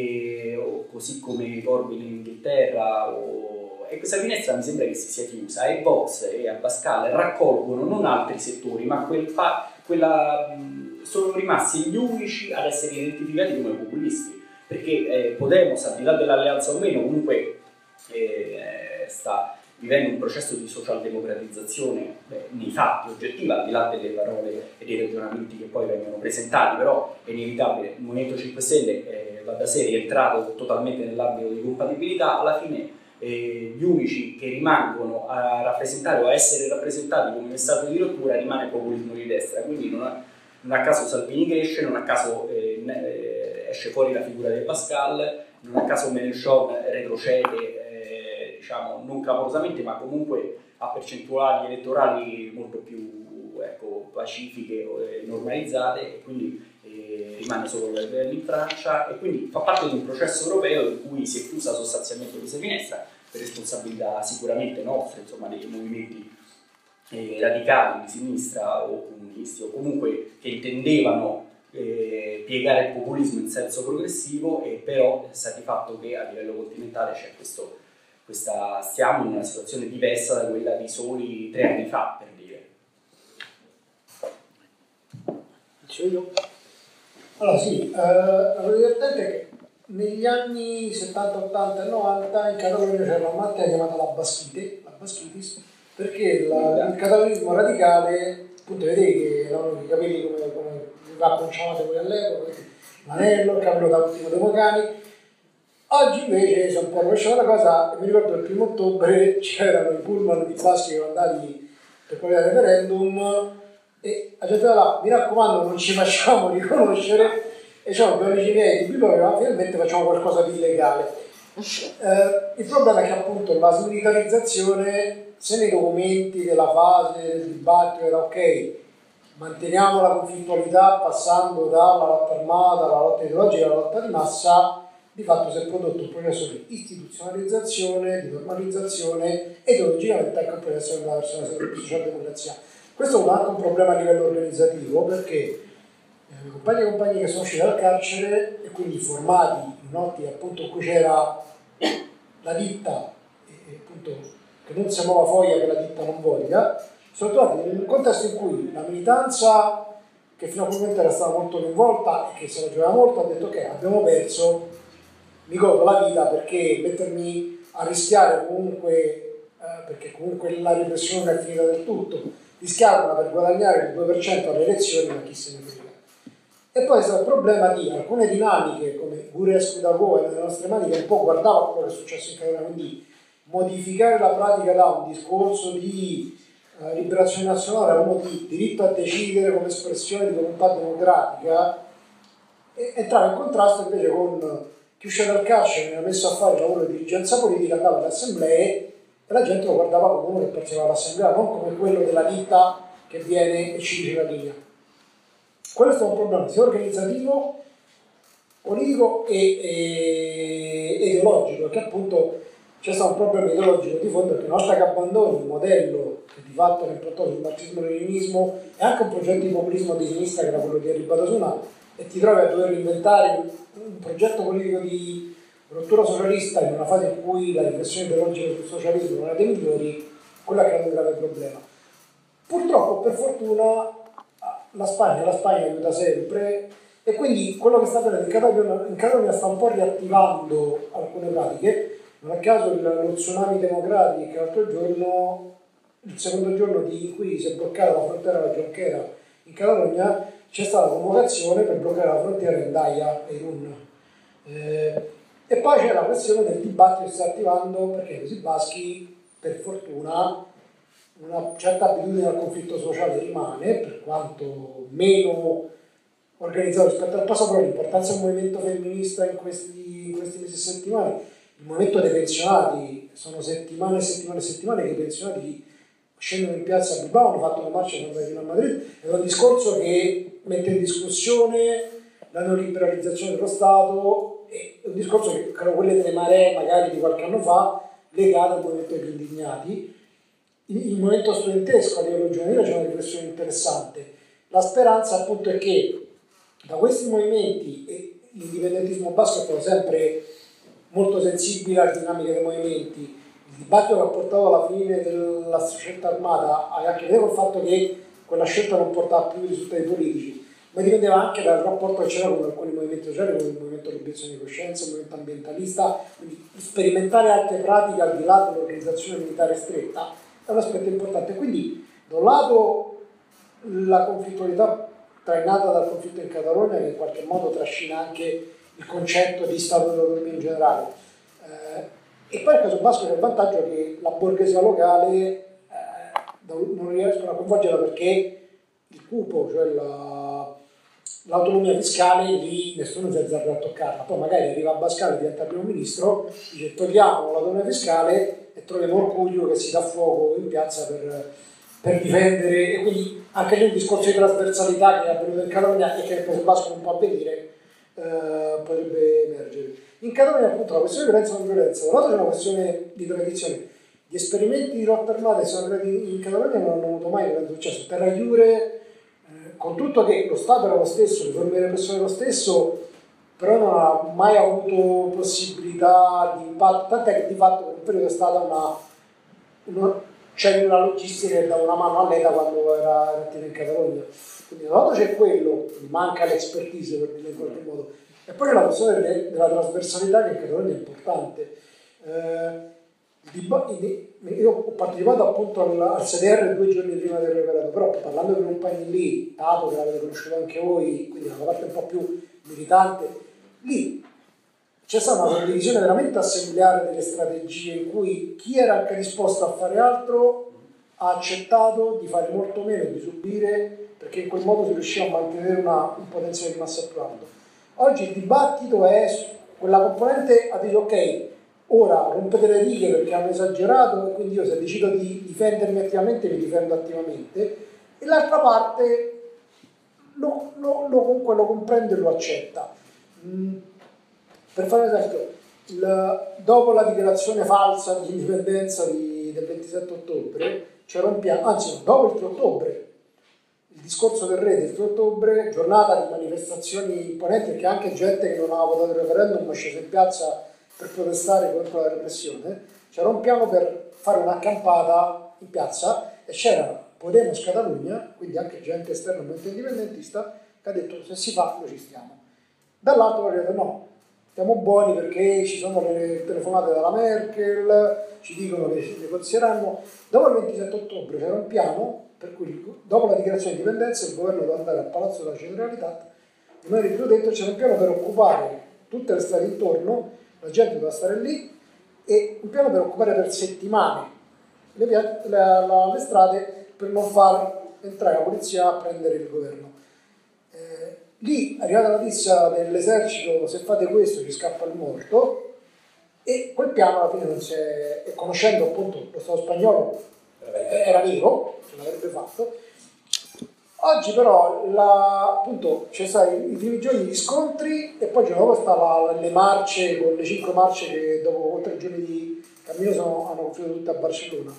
e, o così come Corbyn in Inghilterra, o, e questa finestra mi sembra che si sia chiusa, e Vox e Abascal raccolgono non altri settori, ma quel fa, quella, mh, sono rimasti gli unici ad essere identificati come populisti, perché eh, Podemos, al di là dell'alleanza o meno, comunque eh, sta vivendo un processo di socialdemocratizzazione beh, nei fatti, oggettiva, al di là delle parole e dei ragionamenti che poi vengono presentati, però è inevitabile, il Movimento cinque Stelle eh, va da sé, è entrato totalmente nell'ambito di compatibilità, alla fine eh, gli unici che rimangono a rappresentare o a essere rappresentati come messaggio di rottura rimane il populismo di destra, quindi non a, non a caso Salvini cresce, non a caso eh, eh, esce fuori la figura di Pascal, non a caso Mélenchon retrocede, diciamo non clamorosamente, ma comunque a percentuali elettorali molto più ecco, pacifiche e normalizzate, e quindi eh, rimane solo a livello in Francia, e quindi fa parte di un processo europeo in cui si è chiusa sostanzialmente questa finestra per responsabilità sicuramente nostre, insomma, dei movimenti eh, radicali di sinistra o comunisti, o comunque che intendevano eh, piegare il populismo in senso progressivo, e però sta di fatto che a livello continentale c'è questo, questa, stiamo in una situazione diversa da quella di soli tre anni fa, per dire. Io? Allora sì, eh, la cosa divertente è che negli anni settanta, ottanta e novanta in Catalogna c'era una malattia chiamata la Baschite, la Baschitis, perché la, il catalanismo radicale, appunto, vedete che avevano i capelli come, come racconciavate voi all'epoca, l'anello, il capello da ultimo dei Mocani. Oggi invece si è un po' rovesciata la cosa, e mi ricordo che il primo ottobre c'erano i pullman di baschi che erano andati per quel referendum, e la gente là, mi raccomando, non ci facciamo riconoscere, e c'erano due amici miei di cui finalmente facciamo qualcosa di illegale. Eh, il problema è che appunto la smilitarizzazione, se nei documenti della fase del dibattito era ok, manteniamo la conflittualità passando dalla lotta armata alla lotta ideologica alla lotta di massa, di fatto si è prodotto un processo di istituzionalizzazione, di normalizzazione e ideologicamente anche un processo verso la socialdemocrazia. Questo è anche un problema a livello organizzativo, perché eh, compagni e compagni che sono usciti dal carcere e quindi formati in ottica appunto in cui c'era la ditta, e appunto che non si muova foglia che la ditta non voglia, sono trovati in un contesto in cui la militanza, che fino a quel momento era stata molto coinvolta e che se la giocava molto, ha detto ok, abbiamo perso, mi godo la vita perché mettermi a rischiare comunque, eh, perché comunque la repressione non è finita del tutto, rischiarla per guadagnare il due per cento alle elezioni, ma chi se ne frega. E poi c'è il problema di alcune dinamiche come Gurescu da Goa nelle nostre mani, che un po' guardava quello che è successo in Catalogna, quindi modificare la pratica da un discorso di uh, liberazione nazionale a uno di diritto a decidere come espressione di volontà democratica, e entrava in contrasto invece con chi usciva dal carcere, era messo a fare il lavoro di dirigenza politica, andava alle assemblee e la gente lo guardava come uno che partecipava all'assemblea, non come quello della ditta che viene e ci dice la linea. Quello è stato un problema sia organizzativo, politico e, e, e ideologico, perché appunto c'è stato un problema ideologico di fondo, perché una volta che abbandoni il modello che di fatto era improntato sul marxismo-leninismo e anche un progetto di populismo di sinistra che era quello di Enrico Batasuna, e ti trovi a dover inventare un, un progetto politico di rottura socialista in una fase in cui la riflessione ideologica sul socialismo non era dei migliori, quello ha creato un grave problema. Purtroppo, per fortuna, la Spagna, la Spagna aiuta sempre, e quindi quello che sta avvenendo in Catalogna, in Catalogna sta un po' riattivando alcune pratiche. Non a caso il, lo tsunami democratico, che l'altro giorno, il secondo giorno di cui si è bloccata la frontiera alla Jonquera in Catalogna, c'è stata convocazione per bloccare la frontiera in Daia e Irun. Eh, e poi c'è la questione del dibattito che si sta attivando, perché i baschi, per fortuna, una certa abitudine al conflitto sociale rimane, per quanto meno organizzato rispetto al passato, però l'importanza del movimento femminista in questi, in questi mesi e settimane, il movimento dei pensionati, sono settimane e settimane e settimane che i pensionati scendono in piazza a Bilbao, hanno fatto una marcia e sono andati fino a Madrid, è un discorso che mette in discussione la neoliberalizzazione dello Stato, è un discorso che erano quelle delle maree magari di qualche anno fa, legate al movimento degli indignati. Il movimento studentesco a livello giovanile c'è una riflessione interessante. La speranza appunto è che da questi movimenti, e l'indipendentismo basco è stato sempre molto sensibile alle dinamiche dei movimenti, il dibattito che ha portato alla fine della scelta armata ha anche a vedere col fatto che quella scelta non portava più risultati politici, ma dipendeva anche dal rapporto che c'era con alcuni movimenti sociali, come il movimento dell'obiezione di coscienza, il movimento ambientalista, quindi sperimentare altre pratiche al di là dell'organizzazione militare stretta è un aspetto importante. Quindi da un lato la conflittualità trainata dal conflitto in Catalogna, che in qualche modo trascina anche il concetto di Stato dell'autonomia in generale, eh, e poi il caso basco c'è il vantaggio che la borghesia locale eh, non riescono a coinvolgerla perché il cupo, cioè la, l'autonomia fiscale, lì nessuno si azzarda a toccarla. Poi magari arriva a Bascale, diventa primo ministro, dice togliamo l'autonomia fiscale e troviamo Orcuglio che si dà fuoco in piazza per, per difendere, e quindi anche lì un discorso di trasversalità che è avvenuto in Catalogna e che nel Paese Basco non può avvenire, eh, potrebbe emergere. In Catalogna appunto la questione di violenza non violenza, da un lato c'è una questione di tradizione. Gli esperimenti di lotta armata che sono arrivati in Catalogna non hanno avuto mai grande successo. Terra Iure, eh, con tutto che lo Stato era lo stesso, le forme di repressione lo stesso, però non ha mai avuto possibilità di impatto, tant'è che di fatto per un periodo è stata una, una cellula logistica che dava una mano all'ETA quando era attiva in Catalogna. Quindi da un lato c'è quello, manca l'expertise per dire in qualche modo, e poi c'è la questione de, della trasversalità che in Catalogna è importante. Eh, io ho partecipato appunto al, al C D R due giorni prima del referendum, però parlando con un compagni lì, Tato che l'avete conosciuto anche voi, quindi una parte un po' più militante, lì c'è stata una condivisione veramente assembleare delle strategie in cui chi era anche disposto a fare altro ha accettato di fare molto meno e di subire, perché in quel modo si riusciva a mantenere una, un potenziale di massa più alto. Oggi il dibattito è quella componente a dire ok, ora rompete le righe perché hanno esagerato e quindi io se decido di difendermi attivamente mi difendo attivamente, e l'altra parte lo, lo, lo, comunque lo comprende e lo accetta. Mm, per fare un esempio, il, dopo la dichiarazione falsa di indipendenza di, del ventisette ottobre c'era un piano, anzi no, dopo il tre ottobre, il discorso del re del tre ottobre, giornata di manifestazioni imponenti, perché anche gente che non aveva votato il referendum è scesa in piazza per protestare contro la repressione, c'era un piano per fare un'accampata in piazza e c'era Podemos Catalogna, quindi anche gente esterna molto indipendentista, che ha detto se si fa noi ci stiamo. Dall'altro ha detto no, stiamo buoni perché ci sono le telefonate dalla Merkel, ci dicono che si negozieranno. Dopo il ventisette ottobre c'era un piano per cui dopo la dichiarazione di indipendenza il governo doveva andare al Palazzo della Generalitat, di noi ho detto c'era un piano per occupare tutte le strade intorno, la gente doveva stare lì, e un piano per occupare per settimane le, le, le, le strade per non far entrare la polizia a prendere il governo. Eh, lì è arrivata la notizia dell'esercito, se fate questo ci scappa il morto, e quel piano alla fine non si è, e conoscendo appunto lo Stato spagnolo era nero, ce l'avrebbe fatto. Oggi però la, appunto c'è stato i primi giorni di scontri e poi il giorno dopo stavano le marce, con le cinque marce che dopo tre giorni di cammino sono, hanno concluso tutte a Barcellona.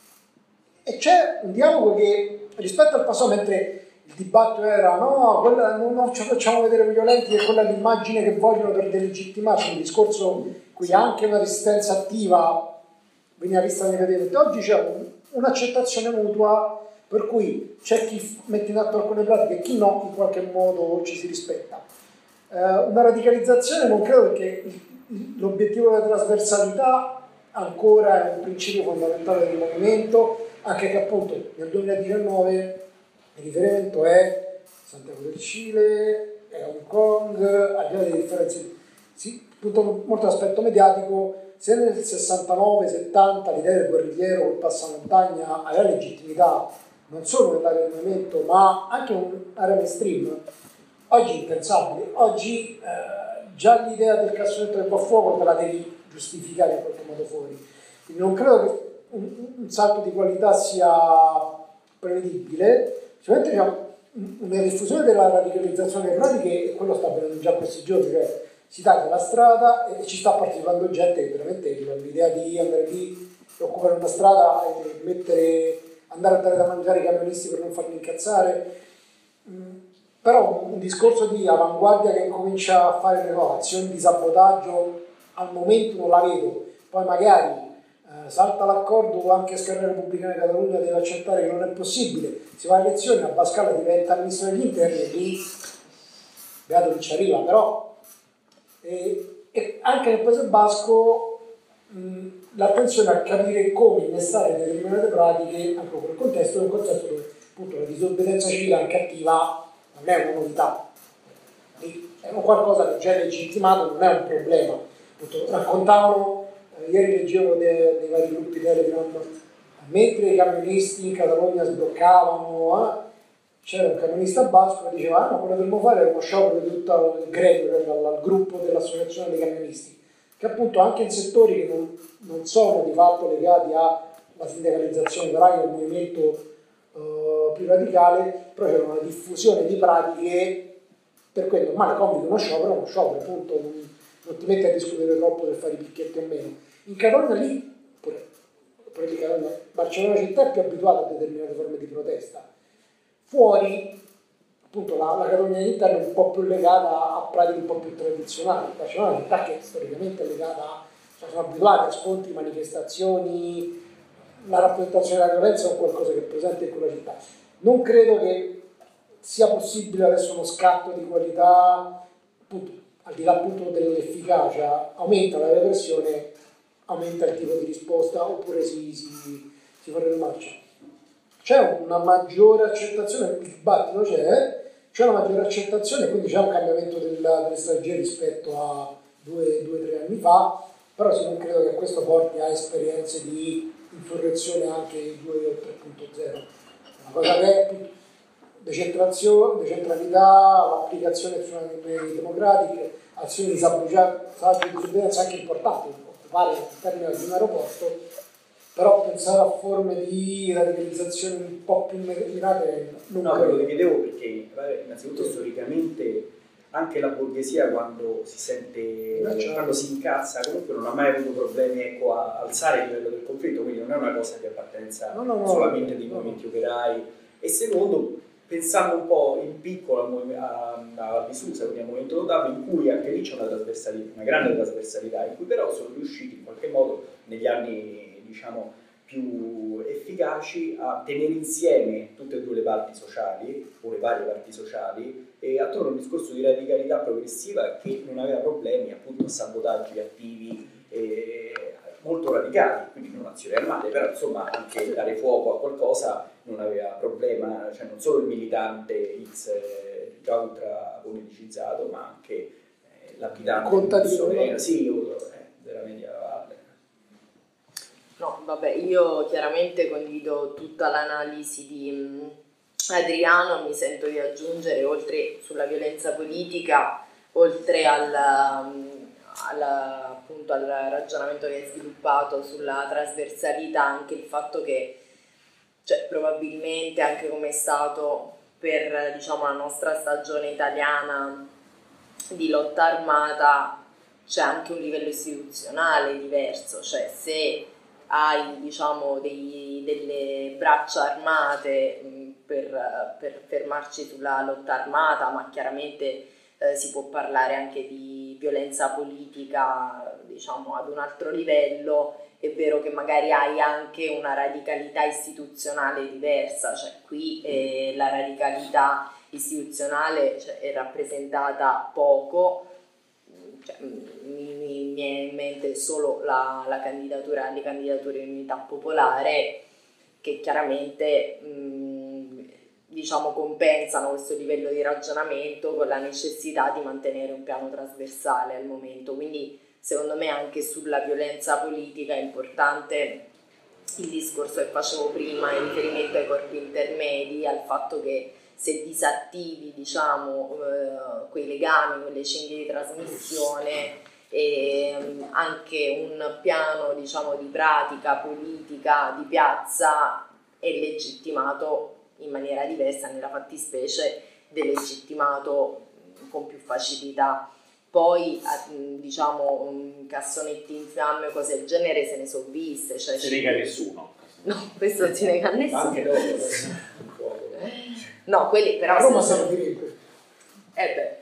E c'è un dialogo che rispetto al passato, mentre il dibattito era no, quella, non, non ci facciamo vedere violenti, è quella l'immagine che vogliono per delegittimarci, un discorso in cui anche una resistenza attiva veniva vista negativamente. Oggi c'è un, un'accettazione mutua per cui c'è chi mette in atto alcune pratiche e chi no, in qualche modo ci si rispetta. Eh, una radicalizzazione non credo, perché l'obiettivo della trasversalità ancora è un principio fondamentale del movimento, anche che appunto nel duemiladiciannove il riferimento è Santiago del Cile, è Hong Kong, al di là delle differenze, sì, tutto molto aspetto mediatico. Se nel sessantanove settanta l'idea del guerrigliero col passamontagna aveva legittimità non solo nell'area del movimento ma anche in un'area mainstream, oggi è impensabile. Oggi eh, già l'idea del cassonetto del fuoco te la devi giustificare in qualche modo fuori, quindi non credo che un, un salto di qualità sia prevedibile. Sicuramente c'è una diffusione della radicalizzazione delle pratiche, e quello sta avvenendo già questi giorni, cioè si taglia la strada e ci sta partecipando gente che veramente l'idea di andare lì e occupare una strada e mettere, andare a dare da mangiare ai camionisti per non farli incazzare. Mm, però un discorso di avanguardia che comincia a fare no, azioni di sabotaggio al momento non la vedo. Poi magari eh, salta l'accordo, anche Scherra Repubblicana di Catalogna deve accettare che non è possibile, si va alle elezioni, a Abascal diventa ministro degli interni e lì beato che ci arriva. Però E, e anche nel Paese Basco mh, l'attenzione a capire come innestare determinate pratiche anche con il contesto, nel contesto dove appunto la disobbedienza civile anche attiva non è una novità, è qualcosa che già è legittimato, non è un problema. Appunto, raccontavano, eh, ieri leggevo dei, dei vari gruppi Telegram, mentre i camionisti in Catalogna sbloccavano, eh, c'era un camionista basco che diceva ah no, quello che dobbiamo fare è uno sciopero di tutto il gremio, il gruppo dell'associazione dei camionisti, che appunto anche in settori che non, non sono di fatto legati alla sindacalizzazione, però è un movimento uh, più radicale, però c'era una diffusione di pratiche per cui è normale, convidi uno sciopero, uno sciopero, appunto, non, non ti metti a discutere troppo per fare i picchietti o meno. In Catalogna lì, pure, pure di Catalogna, Barcellona città è più abituata a determinate forme di protesta. Fuori, appunto, la, la Catalogna all'interno è un po' più legata a pratiche un po' più tradizionali. Barcellona è una città che storicamente è legata a, cioè sono abituati a scontri, manifestazioni, la rappresentazione della violenza è qualcosa che è presente in quella città. Non credo che sia possibile adesso uno scatto di qualità, appunto, al di là appunto dell'efficacia, aumenta la repressione, aumenta il tipo di risposta oppure si, si, si fa in marcia. C'è una maggiore accettazione, il dibattito c'è, c'è una maggiore accettazione, quindi c'è un cambiamento della, delle strategie rispetto a due o tre anni fa, però sì, non credo che questo porti a esperienze di insurrezione anche due o tre punto zero. Una cosa che è decentrazione, decentralità, l'applicazione di azioni democratiche, azioni di sorveglianza anche importanti, occupare il termine di un aeroporto, però pensare a forme di radicalizzazione un po' più mirate non no, credo. Lo chiedevo perché vabbè, innanzitutto storicamente anche la borghesia quando si sente, certo. quando si incazza comunque non ha mai avuto problemi ecco, a alzare il livello del conflitto, quindi non è una cosa di appartenenza no, no, no, solamente no, dei no. movimenti operai. E secondo, pensando un po' in piccolo a, a Bisusa, quindi al movimento Rodato, in cui anche lì c'è una trasversalità, una grande trasversalità, in cui però sono riusciti in qualche modo negli anni diciamo più efficaci a tenere insieme tutte e due le parti sociali o le varie parti sociali e attorno a un discorso di radicalità progressiva che non aveva problemi appunto a sabotaggi attivi eh, molto radicali, quindi non azioni armate, però insomma anche dare fuoco a qualcosa non aveva problema, cioè non solo il militante X eh, già ultra politicizzato, ma anche eh, l'abitante contadino, sì, eh, della media valle. No, vabbè, io chiaramente condivido tutta l'analisi di um, Adriano, mi sento di aggiungere, oltre sulla violenza politica, oltre al, um, alla, appunto, al ragionamento che hai sviluppato sulla trasversalità, anche il fatto che cioè, probabilmente anche come è stato per diciamo, la nostra stagione italiana di lotta armata c'è anche un livello istituzionale diverso, cioè se hai diciamo dei, delle braccia armate mh, per, per fermarci sulla lotta armata, ma chiaramente eh, si può parlare anche di violenza politica diciamo ad un altro livello. È vero che magari hai anche una radicalità istituzionale diversa, cioè qui eh, la radicalità istituzionale cioè, è rappresentata poco. Cioè, mi, mi viene in mente solo la, la candidatura, le candidature in unità popolare che chiaramente mh, diciamo compensano questo livello di ragionamento con la necessità di mantenere un piano trasversale al momento. Quindi secondo me anche sulla violenza politica è importante il discorso che facevo prima in riferimento ai corpi intermedi, al fatto che se disattivi diciamo, eh, quei legami, quelle cinghie di trasmissione e um, anche un piano diciamo, di pratica politica di piazza è legittimato in maniera diversa, nella fattispecie delegittimato con più facilità. Poi diciamo cassonetti in fiamme o cose del genere se ne sono viste. Cioè, si nega nessuno. No, questo non si nega a nessuno. Anche dopo. No, quelli però Roma sono... servirebbe. Eh beh,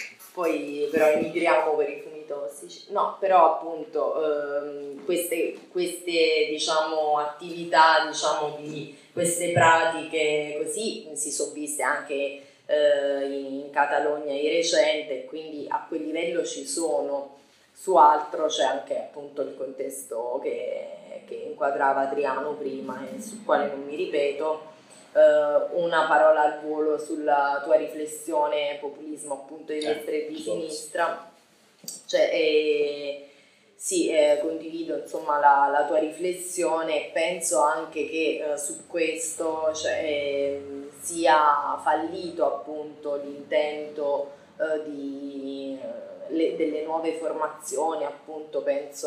poi però emigriamo per i fumi tossici. No, però appunto ehm, queste, queste diciamo attività, diciamo di queste pratiche così si sono viste anche eh, in Catalogna di recente, quindi a quel livello ci sono. Su altro c'è anche appunto il contesto che, che inquadrava Adriano prima e sul quale non mi ripeto. Uh, una parola al volo sulla tua riflessione populismo appunto di destra e di sinistra, cioè eh, sì eh, condivido insomma la, la tua riflessione, penso anche che eh, su questo cioè, eh, sia fallito appunto l'intento eh, di, eh, le, delle nuove formazioni appunto penso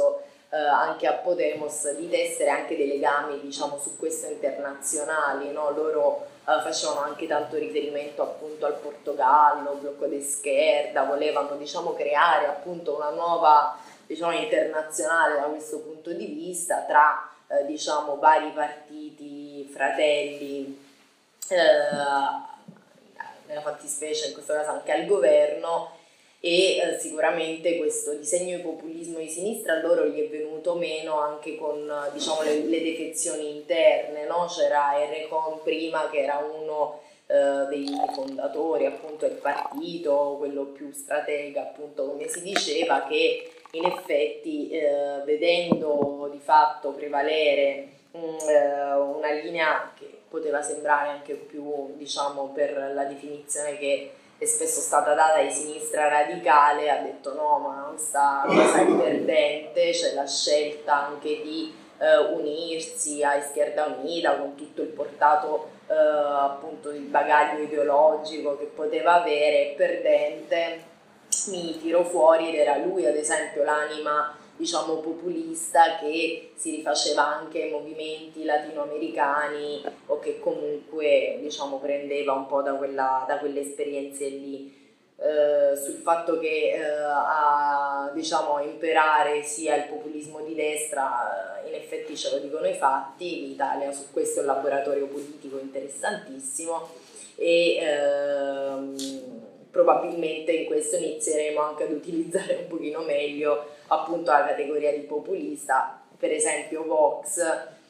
eh, anche a Podemos di tessere anche dei legami, diciamo, su questo internazionali, no? Loro eh, facevano anche tanto riferimento appunto al Portogallo, blocco d'Esquerda, volevano, diciamo, creare appunto una nuova, diciamo, internazionale da questo punto di vista tra eh, diciamo vari partiti fratelli, eh, nella fattispecie in questo caso anche al governo, e eh, sicuramente questo disegno di populismo di sinistra a loro gli è venuto meno anche con, diciamo, le, le defezioni interne, no? C'era Errejón prima, che era uno eh, dei fondatori appunto del partito, quello più stratega appunto, come si diceva, che in effetti eh, vedendo di fatto prevalere um, eh, una linea che poteva sembrare anche più, diciamo, per la definizione che è spesso stata data di sinistra radicale, ha detto no, ma questa cosa è perdente, c'è la scelta anche di eh, unirsi a Izquierda Unita con tutto il portato eh, appunto il bagaglio ideologico che poteva avere, perdente, mi tiro fuori, ed era lui ad esempio l'anima, diciamo, populista che si rifaceva anche ai movimenti latinoamericani o che comunque, diciamo, prendeva un po' da, quella, da quelle esperienze lì. Eh, sul fatto che eh, a, diciamo, imperare sia il populismo di destra, eh, in effetti ce lo dicono i fatti. L'Italia su questo è un laboratorio politico interessantissimo e ehm, probabilmente in questo inizieremo anche ad utilizzare un pochino meglio appunto la categoria di populista. Per esempio Vox,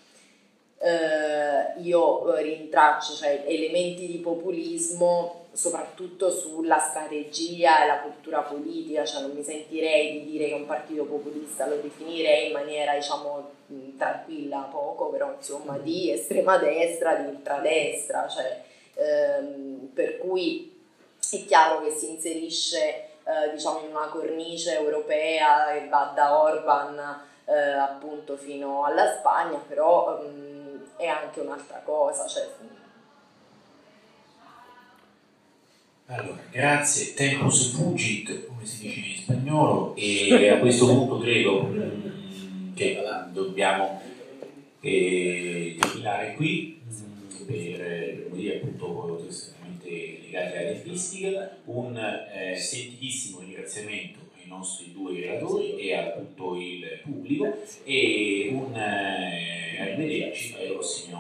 eh, io rintraccio, cioè, elementi di populismo soprattutto sulla strategia e la cultura politica, cioè non mi sentirei di dire che un partito populista, lo definirei in maniera, diciamo, tranquilla, poco, però insomma di estrema destra, di ultradestra, cioè, ehm, per cui è chiaro che si inserisce eh, diciamo in una cornice europea che va da Orban eh, appunto fino alla Spagna, però um, è anche un'altra cosa. Cioè... Allora, grazie, tempus fugit, come si dice in spagnolo, e a questo punto credo mh, che dobbiamo eh, terminare qui mh, per, per dire appunto legati alla tempistica. Un eh, sentitissimo ringraziamento ai nostri due relatori e appunto il pubblico, e un eh, arrivederci ai prossimi